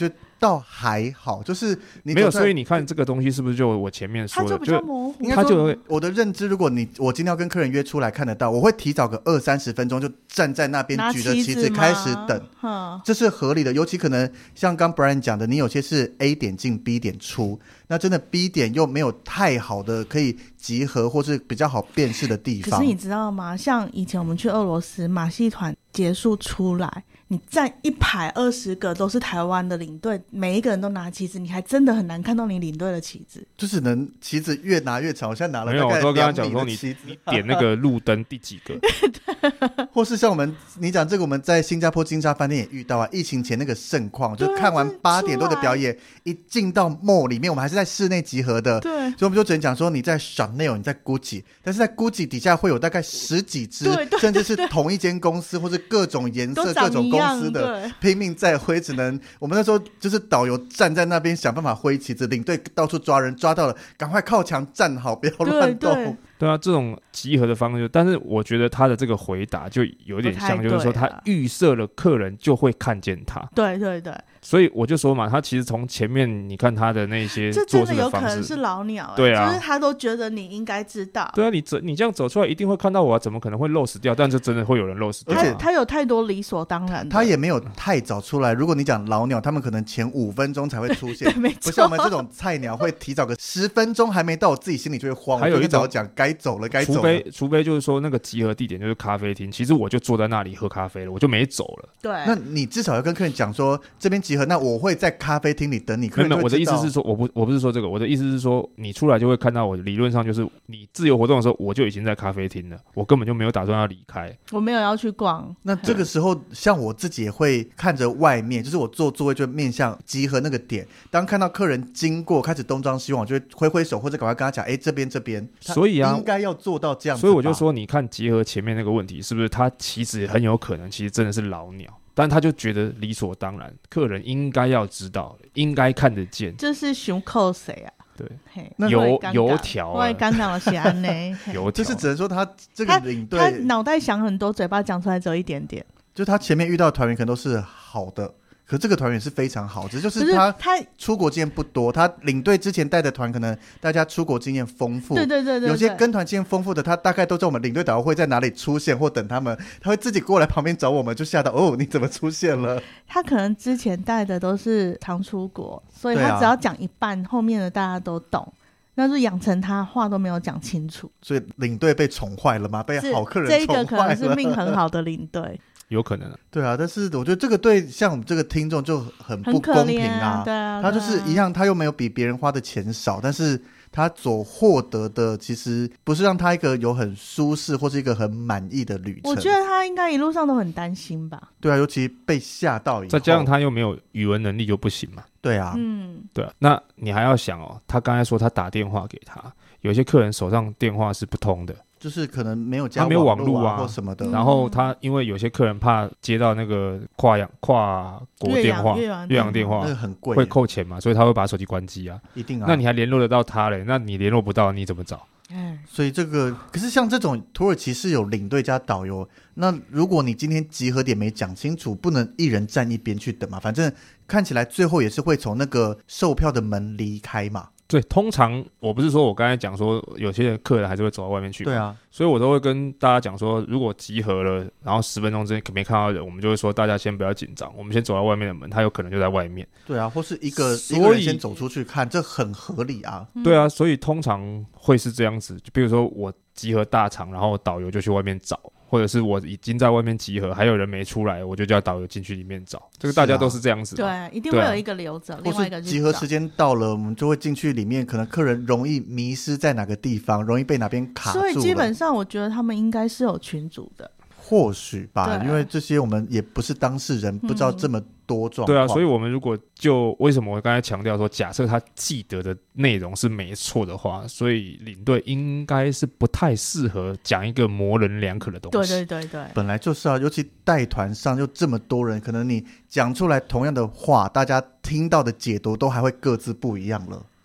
倒还好，就是你没有，所以你看这个东西是不是就我前面说的， 它就比较模糊。 它就我的认知，如果你我今天要跟客人约出来看得到，我会提早个二三十分钟就站在那边举着旗子开始等，这是合理的。尤其可能像刚 Brian 讲的，你有些是 A 点进 B 点出，那真的 B 点又没有太好的可以集合或是比较好辨识的地方。 可是你知道吗？像以前我们去俄罗斯马戏团结束出来，你站一排二十个都是台湾的领队，每一个人都拿旗子，你还真的很难看到你领队的旗子， 就只能旗子越拿越长。我现在拿了没有， 大概我都跟他两米讲说你的旗子， 你点那个路灯第几个， 或是像我们你讲这个，我们在新加坡金沙饭店也遇到啊。疫情前那个盛况，就看完八点多的表演，一进到 mall 里面，我们还是在室内集合的， 对， 所以我们就只能讲说你在 Chanel， 你在 Gucci， 但是在 Gucci 底下会有大概十几只，甚至是同一间公司或是各种颜色、各种公司的拼命在挥，只能我们那时候就是导游站在那边想办法挥旗子，领队到处抓人，抓到了赶快靠墙站好，不要乱动。 对对对啊，这种集合的方式，但是我觉得他的这个回答就有点像，就是说他预设了客人就会看见他。 对对对， 所以我就说嘛，他其实从前面你看他的那些做事的方式，这真的有可能是老鸟、欸， 对啊， 就是他都觉得你应该知道。 对啊，你走你这样走出来一定会看到我啊，怎么可能会漏死掉？但是真的会有人漏死掉、啊， 而且他有太多理所当然的， 他也没有太早出来。如果你讲老鸟，他们可能前五分钟才会出现， 对， 不像我们这种菜鸟会提早个十分钟还没到，我自己心里就会慌。 还有一早讲该走了，该走了。 除非除非就是说那个集合地点就是咖啡厅，其实我就坐在那里喝咖啡了，我就没走了。 对， 那你至少要跟客人讲说这边集合，那我会在咖啡厅里等你。客人没有，我的意思是说，我不我不是说这个，我的意思是说，你出来就会看到我。理论上就是你自由活动的时候，我就已经在咖啡厅了，我根本就没有打算要离开， 我没有要去逛。 那这个时候，像我自己也会看着外面，就是我坐座位就面向集合那个点。当看到客人经过开始东张西望，我就会挥挥手或者赶快跟他讲，哎，这边这边。 所以啊， 应该要做到这样子。 所以我就说，你看集合前面那个问题，是不是他其实很有可能，其实真的是老鸟。但他就觉得理所当然，客人应该要知道，应该看得见。 这是熊扣谁啊？ 对， 那油油条、啊， 我刚刚的是安呢， 油条， 就是只能说他这个领队， 他脑袋想很多，嘴巴讲出来只有一点点。 就他前面遇到的团员可能都是好的。可这个团员是非常好，只是就是他出国经验不多，他领队之前带的团可能大家出国经验丰富， 对对 对, 对, 对， 有些跟团经验丰富的，他大概都知道我们领队导游会在哪里出现或等他们，他会自己过来旁边找我们，就吓到哦，你怎么出现了？ 他可能之前带的都是常出国，所以他只要讲一半，啊、后面的大家都懂。那就养成他话都没有讲清楚， 所以领队被宠坏了吗？被好客人宠坏了？ 这个可能是命很好的领队。 有可能、啊， 对啊，但是我觉得这个对像我们这个听众就很不公平啊， 对啊， 他就是一样，他又没有比别人花的钱少，但是他所获得的其实不是让他一个有很舒适或是一个很满意的旅程。 我觉得他应该一路上都很担心吧。 对啊，尤其被吓到以后， 再加上他又没有语文能力就不行嘛。 对啊， 嗯， 对啊，那你还要想哦，他刚才说他打电话给他，有些客人手上电话是不通的。 就是可能没有加网、啊、没有网络啊或什么的， 然后他因为有些客人怕接到那个跨洋跨国电话、越洋电话， 那个很贵， 会扣钱嘛，所以他会把手机关机啊。 一定啊， 那你还联络得到他嘞？那你联络不到，你怎么找？ 嗯， 所以这个可是像这种土耳其是有领队加导游，那如果你今天集合点没讲清楚，不能一人站一边去等嘛，反正看起来最后也是会从那个售票的门离开嘛。 对，通常我不是说我刚才讲说有些客人还是会走到外面去， 对啊， 所以我都会跟大家讲说，如果集合了，然后十分钟之内没看到人，我们就会说大家先不要紧张，我们先走到外面的门，他有可能就在外面。 对啊，或是一个一个人先走出去看，这很合理啊。 对啊，所以通常会是这样子，就比如说我集合大场，然后导游就去外面找。或者是我已经在外面集合，还有人没出来，我就叫导游进去里面找。这个大家都是这样子的、 啊，对，一定会有一个留着、啊，另外一个集合时间到了，我们就会进去里面，可能客人容易迷失在哪个地方，容易被哪边卡住了。 所以基本上，我觉得他们应该是有群组的。 或许吧，因为这些我们也不是当事人，不知道这么多状况、嗯。 对啊，所以我们如果就为什么我刚才强调说，假设他记得的内容是没错的话，所以领队应该是不太适合讲一个模棱两可的东西。 对对对对， 本来就是啊，尤其带团上又这么多人，可能你讲出来同样的话，大家听到的解读都还会各自不一样了。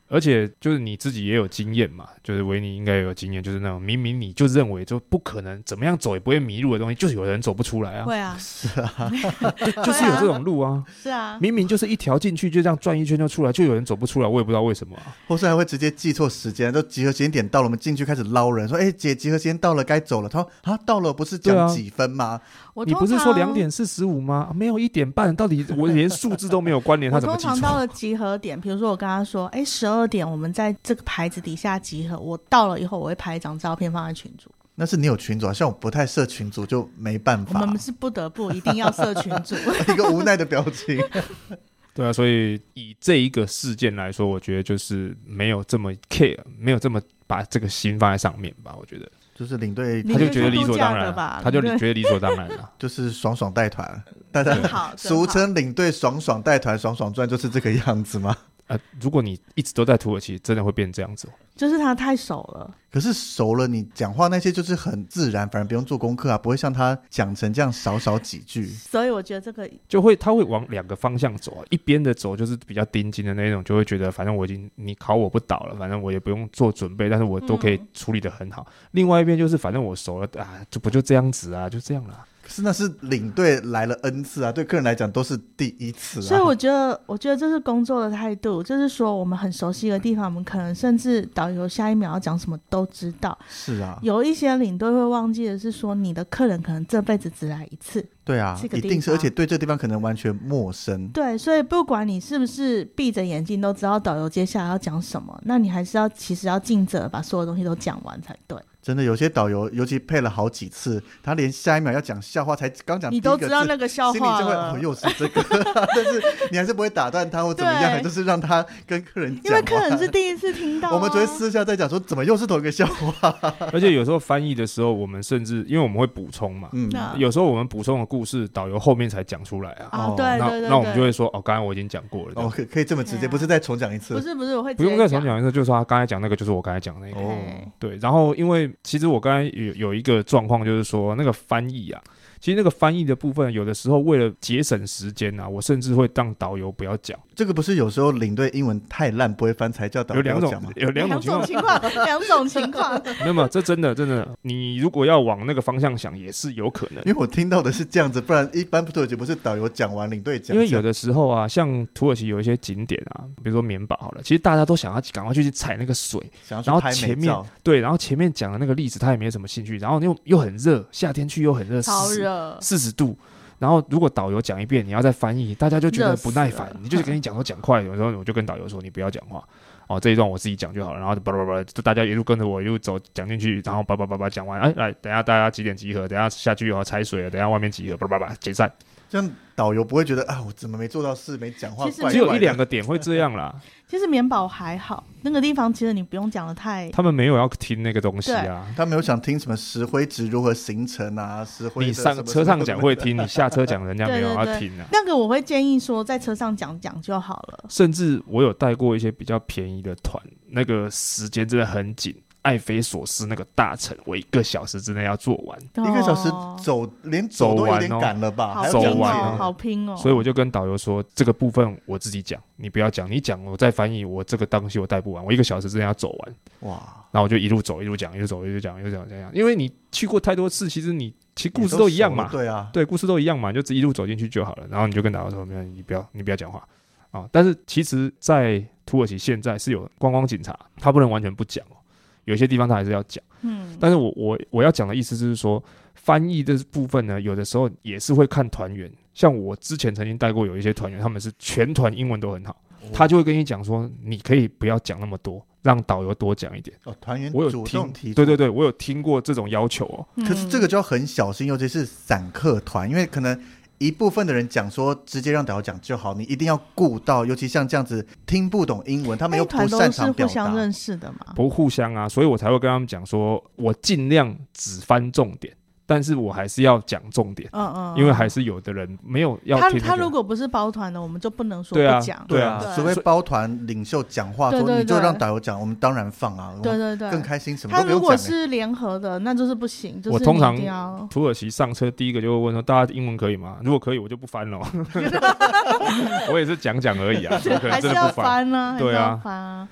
而且就是你自己也有经验嘛，就是维尼应该也有经验，就是那种明明你就认为就不可能怎么样走也不会迷路的东西，就是有人走不出来啊。 会啊， 是啊， 就就是有这种路啊。 是啊， 明明就是一条进去就这样转一圈就出来，就有人走不出来，我也不知道为什么啊。 或是还会直接记错时间，就集合时间点到了，我们进去开始捞人，说：“哎、欸，姐，集合时间到了，该走了。”他说：“啊，到了，不是讲几分吗？” 你不是说两点四十五吗？没有一点半，到底我连数字都没有关联，他怎么记错？ 我通常到了集合点，比如说我跟他说：“哎、欸，十二点我们在这个牌子底下集合。”我到了以后，我会拍一张照片放在群组。 那是你有群组啊，像我不太设群组就没办法。 我们是不得不一定要设群组。 一个无奈的表情。 对啊，所以以这一个事件来说，我觉得就是没有这么 care， 没有这么把这个心放在上面吧。我觉得就是领队他就觉得理所当然，他就觉得理所当然了， 就是爽爽带团，大家俗称领队爽爽带团，爽爽赚，就是这个样子吗？ 呃，如果你一直都在土耳其，真的会变这样子、哦。 就是他太熟了， 可是熟了，你讲话那些就是很自然，反而不用做功课啊，不会像他讲成这样少少几句。 所以我觉得这个就会他会往两个方向走啊，一边的走就是比较盯紧的那种，就会觉得反正我已经你考我不倒了，反正我也不用做准备，但是我都可以处理得很好。嗯、另外一边就是反正我熟了啊，就不就这样子啊，就这样啦。 可是那是领队来了 N 次啊，对客人来讲都是第一次啊。 所以我觉得，我觉得这是工作的态度，就是说我们很熟悉的地方，我们可能甚至导游下一秒要讲什么都知道。 是啊， 有一些领队会忘记的是说，你的客人可能这辈子只来一次。 对啊，一定是，而且对这地方可能完全陌生。 对，所以不管你是不是闭着眼睛都知道导游接下来要讲什么，那你还是要其实要尽责把所有东西都讲完才对。 真的有些导游，尤其配了好几次，他连下一秒要讲笑话才刚讲第一个字， 你都知道那个笑话了， 心里就会哦，又是这个，但是你还是不会打断他或怎么样，就是让他跟客人讲， 因为客人是第一次听到、啊。 我们昨天私下在讲说，怎么又是同一个笑话？ 而且有时候翻译的时候，我们甚至因为我们会补充嘛，嗯，有时候我们补充的故事，导游后面才讲出来啊。 啊，对对 对, 對， 那我们就会说，哦，刚才我已經講過了。 哦，可以可以這麼直接，不是再重講一次？ 不是不是，我會不用再重講一次，就是說他剛才講那個，就是我剛才講那個。哦，對。然後因為其實我剛才有有一個狀況，就是說那個翻譯啊，其實那個翻譯的部分，有的時候為了節省時間啊，我甚至會讓導遊不要講。 這個不是有時候領隊英文太爛不會翻，才叫導遊講嗎？ 有兩種情況， 兩種情況，兩種情況。 沒有沒有，這真的真的，你如果要往那個方向想，也是有可能。 因為我聽到的是這樣子，不然一般土耳其不是導遊講完領隊講。 因為有的時候啊，像土耳其有一些景點啊，比如說棉堡好了，其實大家都想要趕快去踩那個水， 想要去拍美照， 然後前面對，然後前面講的那個例子他也沒什麼興趣，然後又又很熱，夏天去又很熱， 超熱， 四十度。然後如果導遊講一遍，你要再翻譯，大家就覺得不耐煩，你就跟你講都講快，有時候我就跟導遊說你不要講話，哦，這一段我自己講就好了，然後叭叭叭，就大家一路跟着我一路走講進去，然後叭叭叭叭講完，哎，來，等一下大家幾點集合？等一下下去要踩水了，等一下外面集合，叭叭叭解散。 這樣導遊不會覺得啊，我怎麼沒做到事，沒講話怪怪的， 只有一兩個點會這樣啦。 其實棉堡還好，那個地方其實你不用講得太， 他們沒有要聽那個東西啊， 他沒有想聽什麼石灰值如何形成啊，石灰你上車上講會聽，你下車講人家沒有要聽啊。 對對對，那個我會建議說在車上講講就好了。 甚至我有帶過一些比較便宜的團，那個時間真的很緊。艾菲索斯那個大城，我一個小時之內要做完， 一個小時走連走都有點趕了吧？ 走完哦，好拼哦。 所以我就跟導遊說，這個部分我自己講，你不要講，你講我再翻譯，我這個東西我帶不完，我一個小時之內要走完。哇！然後我就一路走，一路講，一路走，一路講，一路講這樣。因為你去過太多次，其實你其實故事都一樣嘛， 對啊， 對，故事都一樣嘛，就一路走進去就好了。然後你就跟導遊說，沒有，你不要，你不要講話啊。但是其實，在土耳其現在是有觀光警察，他不能完全不講。有些地方他還是要講，嗯，但是我我我要講的意思就是說，翻譯的部分呢，有的時候也是會看團員。像我之前曾經帶過有一些團員，他們是全團英文都很好，哦、他就會跟你講說，你可以不要講那麼多，讓導遊多講一點。 哦，團員我有聽，對對對，我有聽過這種要求哦。 可是這個就要很小心，尤其是散客團，因為可能一部分的人講說直接讓導遊講就好，你一定要顧到，尤其像這樣子聽不懂英文，他們又不擅長表達， 互相認識的嘛， 不互相啊，所以我才會跟他們講說，我盡量只翻重點。但是我還是要講重點，嗯嗯，因為還是有的人沒有要聽、那個。 他他如果不是包團的，我們就不能說不講。 對啊，除非包團領袖講話說，說你就讓導遊講，我們當然放啊， 對對對， 更開心，什麼都不用講。 他如果是聯合的，那就是不行。就是、 我通常土耳其上車第一個就會問說，大家英文可以嗎？如果可以，我就不翻了。我也是講講而已啊，怎麼可能真的不翻？ 還是要翻啊， 對啊。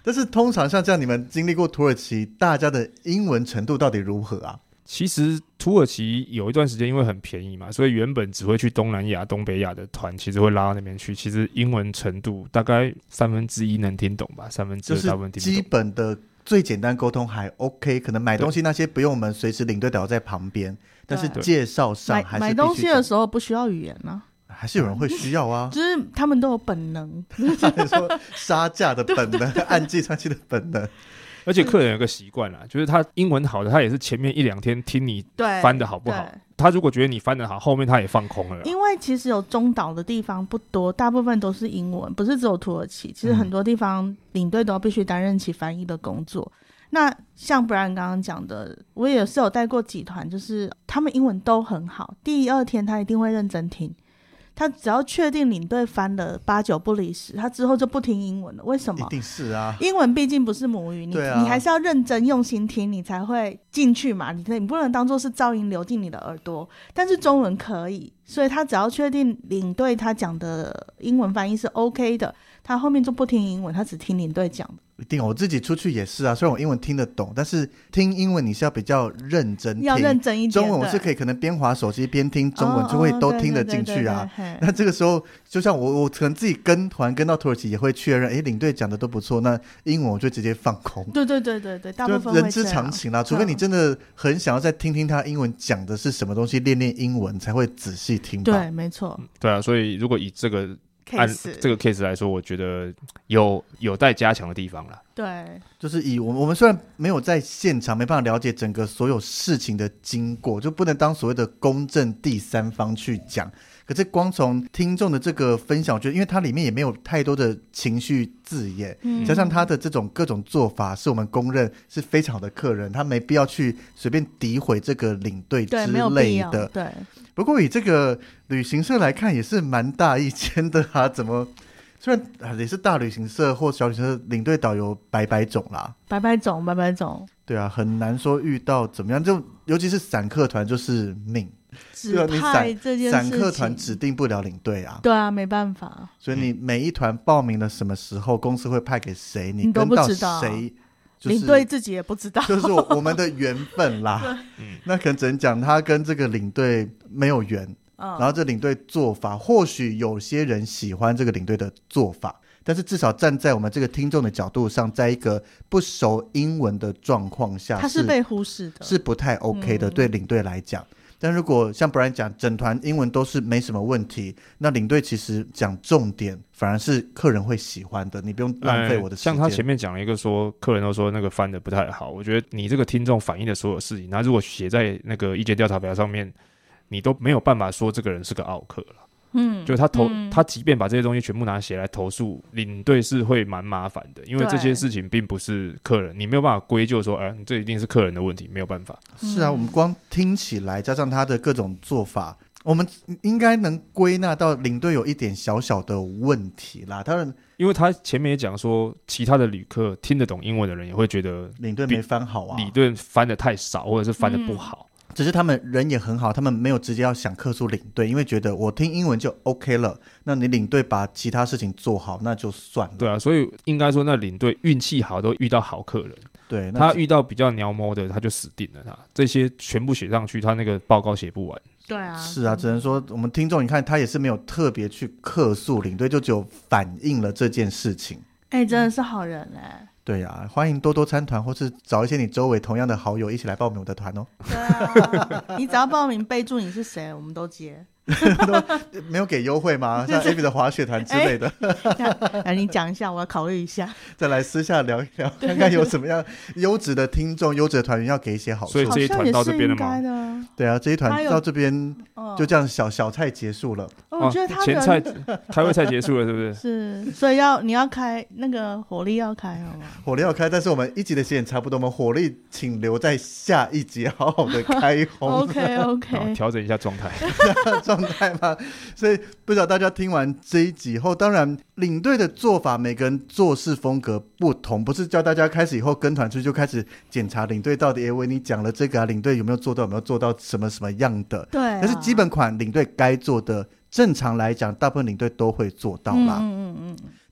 但是通常像这样，你们经历过土耳其，大家的英文程度到底如何啊？ 其实土耳其有一段时间因为很便宜嘛，所以原本只会去东南亚、东北亚的团，其实会拉到那边去。其实英文程度大概三分之一能听懂吧，三分之二大部分听不懂。 就是基本的最简单沟通还 OK， 可能买东西那些不用我们随时领队导游在旁边，但是介绍上还是买买东西的时候不需要语言啊。 还是有人会需要啊， 就是他们都有本能， 说杀价的本能，按计算器的本能。 而且客人有个习惯啦，就是他英文好的，他也是前面一两天听你翻的好不好，他如果觉得你翻的好，后面他也放空了。 因为其实有中岛的地方不多，大部分都是英文，不是只有土耳其，其实很多地方领队都要必须担任起翻译的工作。那像不然刚刚讲的，我也是有带过几团，就是他们英文都很好，第二天他一定会认真听，他只要确定领队翻了八九不离十，他之后就不听英文了。为什么？ 一定是啊， 英文毕竟不是母语，你、啊、你还是要认真用心听，你才会进去嘛。你你不能当作是噪音流进你的耳朵，但是中文可以，所以他只要确定领队他讲的英文翻译是 OK 的，他后面就不听英文，他只听领队讲的。 一定，我自己出去也是啊，虽然我英文听得懂，但是听英文你是要比较认真听， 要认真一点。 中文我是可以可能边滑手机边听中文，就会都听得进去啊。那这个时候就像我我可能自己跟团跟到土耳其也会确认，哎，领队讲的都不错，那英文我就直接放空。 对对对对对，大部分会人之常情啦，除非你真的很想要再听听他英文讲的是什么东西，练练英文才会仔细听吧。 对，没错。 对啊，所以如果以这个按这个 case 来说，我觉得有有待加强的地方啦。 对， 就是以我们我们虽然没有在现场，没办法了解整个所有事情的经过，就不能当所谓的公正第三方去讲。可是光从听众的这个分享，我觉得因为它里面也没有太多的情绪字眼、嗯、加上他的这种各种做法是我们公认是非常好的客人，他没必要去随便诋毁这个领队之类的。 对， 对， 不过以这个旅行社来看也是蛮大一间的啊，怎么虽然也是大旅行社或小旅行社，领队导游百百种啦， 百百种百百种。 对啊，很难说遇到怎么样，就尤其是散客团就是命， 指派这件事情， 散客团指定不了领队啊。 对啊，没办法。 所以你每一团报名了什么时候，公司会派给谁，你跟到谁，就是、 领队自己也不知道， 就是我们的缘分啦。那可能只能讲他跟这个领队没有缘。嗯、然后这领队做法，或许有些人喜欢这个领队的做法，但是至少站在我们这个听众的角度上，在一个不熟英文的状况下， 他是被忽视的， 是不太 OK 的、嗯、对领队来讲。但如果像Brian讲整团英文都是没什么问题，那领队其实讲重点反而是客人会喜欢的，你不用浪费我的时间、 呃、像他前面讲了一个说客人都说那个翻的不太好，我觉得你这个听众反映的所有事情，他如果写在那个意见调查表上面，你都没有办法说这个人是个奥客了。嗯，就他投、嗯、他即便把这些东西全部拿写来投诉，领队是会蛮麻烦的，因为这些事情并不是客人，你没有办法归咎说，哎、呃，这一定是客人的问题，没有办法。 是啊，我们光听起来加上他的各种做法，我们应该能归纳到领队有一点小小的问题啦。当然， 因为他前面也讲说，其他的旅客听得懂英文的人也会觉得领队没翻好啊， 领队翻得太少，或者是翻得不好。嗯， 只是他们人也很好，他们没有直接要想客诉领队，因为觉得我听英文就 OK 了，那你领队把其他事情做好那就算了。 对啊，所以应该说那领队运气好都遇到好客人， 对， 他遇到比较鸟毛的他就死定了，他这些全部写上去他那个报告写不完。 对啊， 是啊，只能说我们听众你看他也是没有特别去客诉领队，就只有反映了这件事情。 哎、欸，真的是好人哎、欸。 对啊，欢迎多多参团，或是找一些你周围同样的好友一起来报名我的团哦。 对啊，你只要报名备注你是谁，我们都接。 没有给优惠吗？像 Abby 的滑雪团之类的。 来、欸，你讲一下，我要考虑一下。 再来私下聊一聊，看看有什么样优质的听众、优质的团员要给一些好处。 所以这一团到这边了吗？ 对啊，这一团到这边就这样小小菜结束了。 哦、我觉得他前菜开胃菜结束了，是不是？ 是，所以要你要开那个火力要开好吗？ 火力要开，但是我们一集的时间差不多，我们火力请留在下一集好好的开轰。 OK OK， 调整一下状态。 状态吗？所以不知道大家听完这一集后，当然领队的做法每个人做事风格不同，不是叫大家开始以后跟团出去就开始检查领队到底为你讲了这个啊，领队有没有做到，有没有做到什么什么样的。 对、啊， 但是基本款领队该做的正常来讲大部分领队都会做到啦。嗯嗯嗯。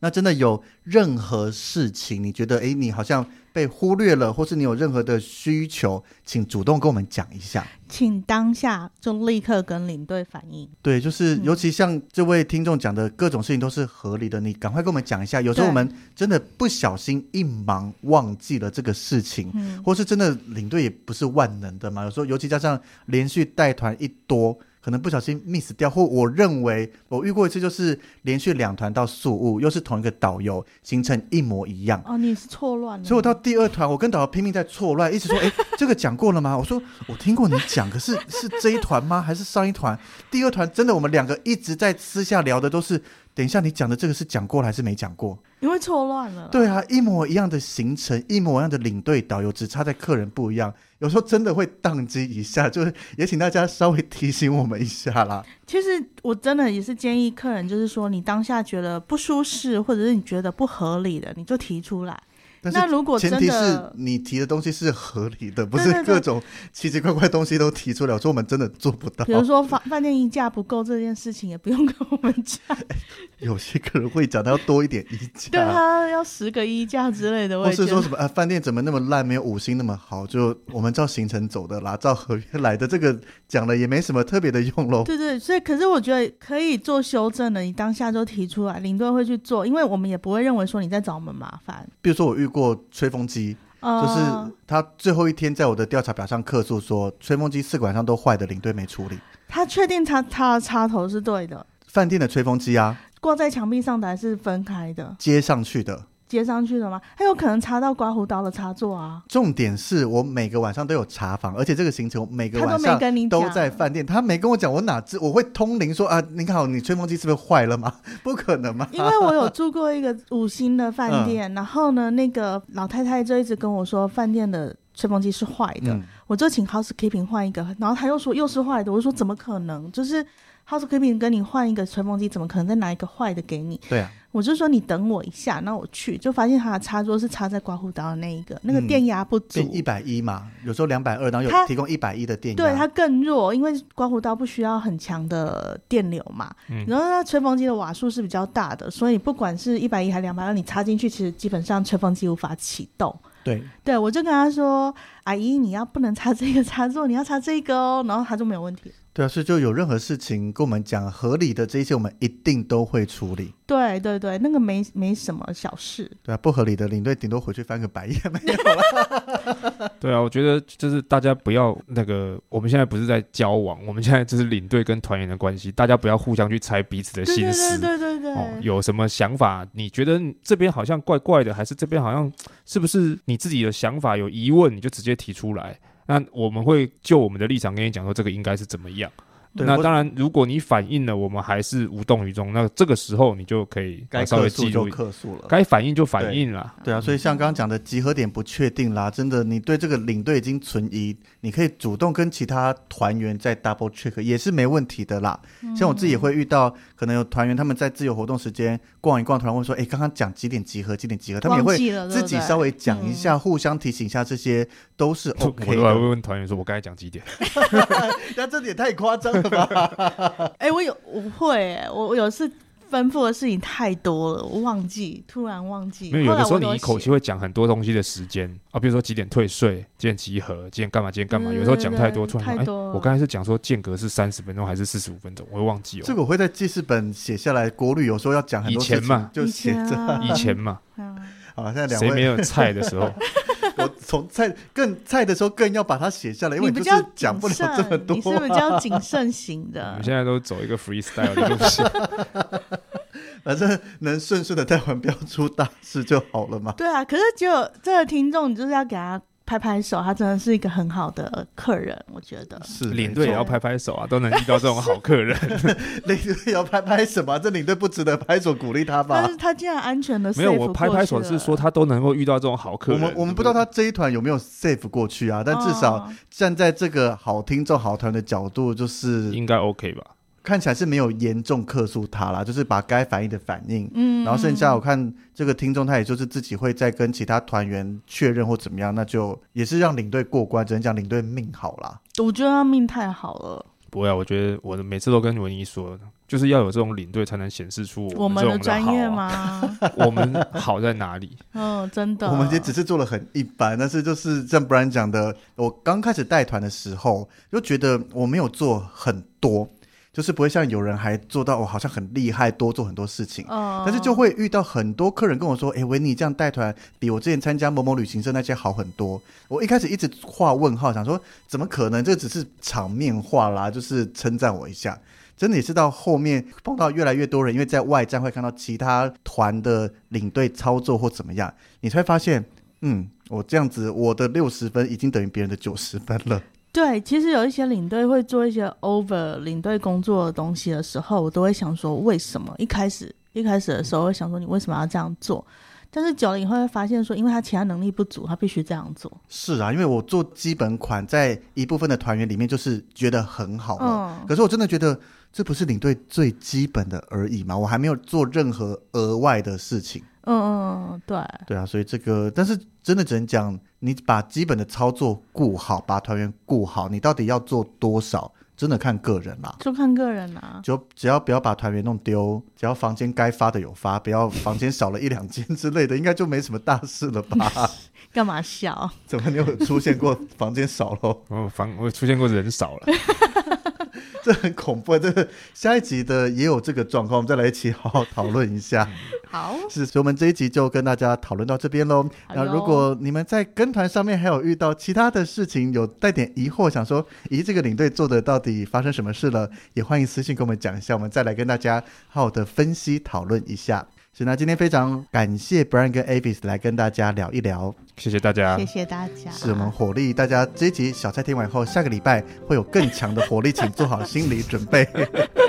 那真的有任何事情你觉得诶你好像被忽略了，或是你有任何的需求，请主动跟我们讲一下， 请当下就立刻跟领队反映。 对，就是尤其像这位听众讲的各种事情都是合理的，你赶快跟我们讲一下。有时候我们真的不小心一忙忘记了这个事情、嗯、或是真的领队也不是万能的嘛，有时候尤其加上连续带团一多，可能不小心 miss 掉，或我认为我遇过一次，就是连续两团到宿务，又是同一个导游，行程一模一样。 哦，你是错乱了。 所以我到第二团，我跟导游拼命在错乱，一直说，哎，这个讲过了吗？我说我听过你讲，可是是这一团吗？还是上一团？第二团真的，我们两个一直在私下聊的都是，等一下你讲的这个是讲过了还是没讲过？ 因为错乱了。 对啊，一模一样的行程，一模一样的领队导游，只差在客人不一样。有时候真的会宕机一下，就是也请大家稍微提醒我们一下啦。 其实我真的也是建议客人，就是说你当下觉得不舒适，或者是你觉得不合理的，你就提出来。那如果真的，前提是你提的东西是合理的，不是各种奇奇怪怪东西都提出来，我说我们真的做不到。 比如说饭饭店衣架不够这件事情，也不用跟我们讲、欸、 有些客人会讲他要多一点衣架， 对，他要十个衣架之类的， 或是说什么、啊、饭店怎么那么烂，没有五星那么好，就我们照行程走的啦，照合约来的，这个讲了也没什么特别的用咯。 对对，所以可是我觉得可以做修正的，你当下就提出来，领队会去做，因为我们也不会认为说你在找我们麻烦。 比如说我遇过吹风机、呃、就是他最后一天在我的调查表上客诉说吹风机四个晚上都坏的，领队没处理。他确定他他的插头是对的？ 饭店的吹风机啊， 挂在墙壁上的还是分开的？ 接上去的。 接上去的吗？还有可能插到刮胡刀的插座啊。重点是我每个晚上都有查房，而且这个行程我每个晚上都在饭店，他没跟我讲，我哪知我会通灵说啊，您好，你吹风机是不是坏了吗？不可能吗？ 因为我有住过一个五星的饭店、嗯、然后呢那个老太太就一直跟我说饭店的吹风机是坏的、嗯、我就请 housekeeping 换一个，然后他又说又是坏的，我就说怎么可能，就是 housekeeping 跟你换一个吹风机，怎么可能再拿一个坏的给你？ 对啊， 我就说你等我一下，那我去就发现他的插座是插在刮胡刀的那一个，那个电压不足， 一百一嘛，有时候两百二，然后有提供一百一的电压， 对，它更弱，因为刮胡刀不需要很强的电流嘛、嗯、然后它吹风机的瓦数是比较大的，所以不管是一百一还两百二，你插进去其实基本上吹风机无法启动。 对对，我就跟他说阿姨你要不能插这个插座，你要插这个哦，然后他就没有问题。 对啊，所以就有任何事情跟我们讲合理的这一些我们一定都会处理。 对对对，那个没没什么小事。 对啊，不合理的领队顶多回去翻个白眼没有啦。 对啊，我觉得就是大家不要那个，我们现在不是在交往，我们现在就是领队跟团员的关系，大家不要互相去猜彼此的心思。 对对对对对、哦、 有什么想法你觉得这边好像怪怪的，还是这边好像是不是你自己的想法有疑问，你就直接提出来，那我们会就我们的立场跟你讲说这个应该是怎么样。那当然如果你反映了我们还是无动于衷，那这个时候你就可以稍微记录， 该客诉了， 该反映就反映啦。 对, 对啊，所以像刚刚讲的集合点不确定啦，真的你对这个领队已经存疑，你可以主动跟其他团员再 double check 也是没问题的啦、嗯、像我自己也会遇到可能有团员他们在自由活动时间逛一逛，突然问说哎，刚刚讲几点集合几点集合，他们也会自己稍微讲一下、嗯、互相提醒一下，这些都是 OK 的。 我还会问团员说我刚才讲几点那这也太夸张了吧。 哎、欸，我有我会、欸，我我有次吩咐的事情太多了，我忘记，突然忘记。 没有，有的时候你一口气会讲很多东西的时间啊，比如说几点退税，几点集合，几点干嘛，几点干嘛。有时候讲太多，突然哎、欸，我刚才是讲说间隔是三十分钟还是四十五分钟，我会忘记哦。 这个我会在记事本写下来。国旅有时候要讲很多事情， 以前嘛， 就写着。 以前嘛。 好，现在两位谁没有菜的时候？ 我从菜更菜的时候更要把它写下来，因为就是讲不了这么多、啊。 你是比较谨慎型的。 我们现在都走一个 freestyle 的路线， 反正能顺顺的带完标出大事就好了嘛。 对啊，可是只有这个听众，你就是要给他拍拍手，他真的是一个很好的客人，我觉得是领队也要拍拍手啊，都能遇到这种好客人。 领队要拍拍什么？这领队不值得拍手鼓励他吧？ 但是他竟然安全的 safe 没有，我拍拍手是说他都能够遇到这种好客人。 我们我们不知道他这一团有没有 safe 过去啊，但至少站在这个好听众好团的角度，就是应该 OK 吧。 看起来是没有严重客诉他啦，就是把该反映的反映，嗯，然后剩下我看这个听众他也就是自己会再跟其他团员确认或怎么样，那就也是让领队过关，只能讲领队命好啦。 我觉得他命太好了。 不会啊，我觉得我的每次都跟文怡说，就是要有这种领队才能显示出我们的专业吗？ 我们好在哪里？ 嗯，真的， 我们也只是做的很一般，但是就是像 Brian 讲的，我刚开始带团的时候就觉得我没有做很多，就是不会像有人还做到我、哦、好像很厉害，多做很多事情、嗯、但是就会遇到很多客人跟我说，哎，维尼这样带团比我之前参加某某旅行社那些好很多。我一开始一直画问号，想说怎么可能，这只是场面话啦，就是称赞我一下。真的也是到后面碰到越来越多人，因为在外站会看到其他团的领队操作或怎么样，你才会发现，嗯，我这样子我的六十分已经等于别人的九十分了。 对，其实有一些领队会做一些 over 领队工作的东西的时候，我都会想说为什么一开始一开始的时候会想说你为什么要这样做，但是久了以后会发现说因为他其他能力不足，他必须这样做。 是啊，因为我做基本款在一部分的团员里面就是觉得很好了、嗯、可是我真的觉得这不是领队最基本的而已嘛，我还没有做任何额外的事情。 嗯嗯，对对啊，所以这个但是真的只能讲你把基本的操作顾好，把团员顾好，你到底要做多少真的看个人啦， 就看个人啊， 就只要不要把团员弄丢，只要房间该发的有发，不要房间少了一两间之类的，应该就没什么大事了吧。 干嘛笑？ 怎么你有出现过房间少了？ 我房我出现过人少了。 这很恐怖，这个下一集的也有这个状况，我们再来一起好好讨论一下。 好， 是，所以我们这一集就跟大家讨论到这边咯。那如果你们在跟团上面还有遇到其他的事情，有带点疑惑，想说咦这个领队做的到底发生什么事了，也欢迎私信跟我们讲一下，我们再来跟大家好好的分析讨论一下。是，那今天非常感谢 Brian 跟 Avis 来跟大家聊一聊， 谢谢大家， 谢谢大家。 是我们火力，大家这一集小菜听完后，下个礼拜会有更强的火力，请做好心理准备。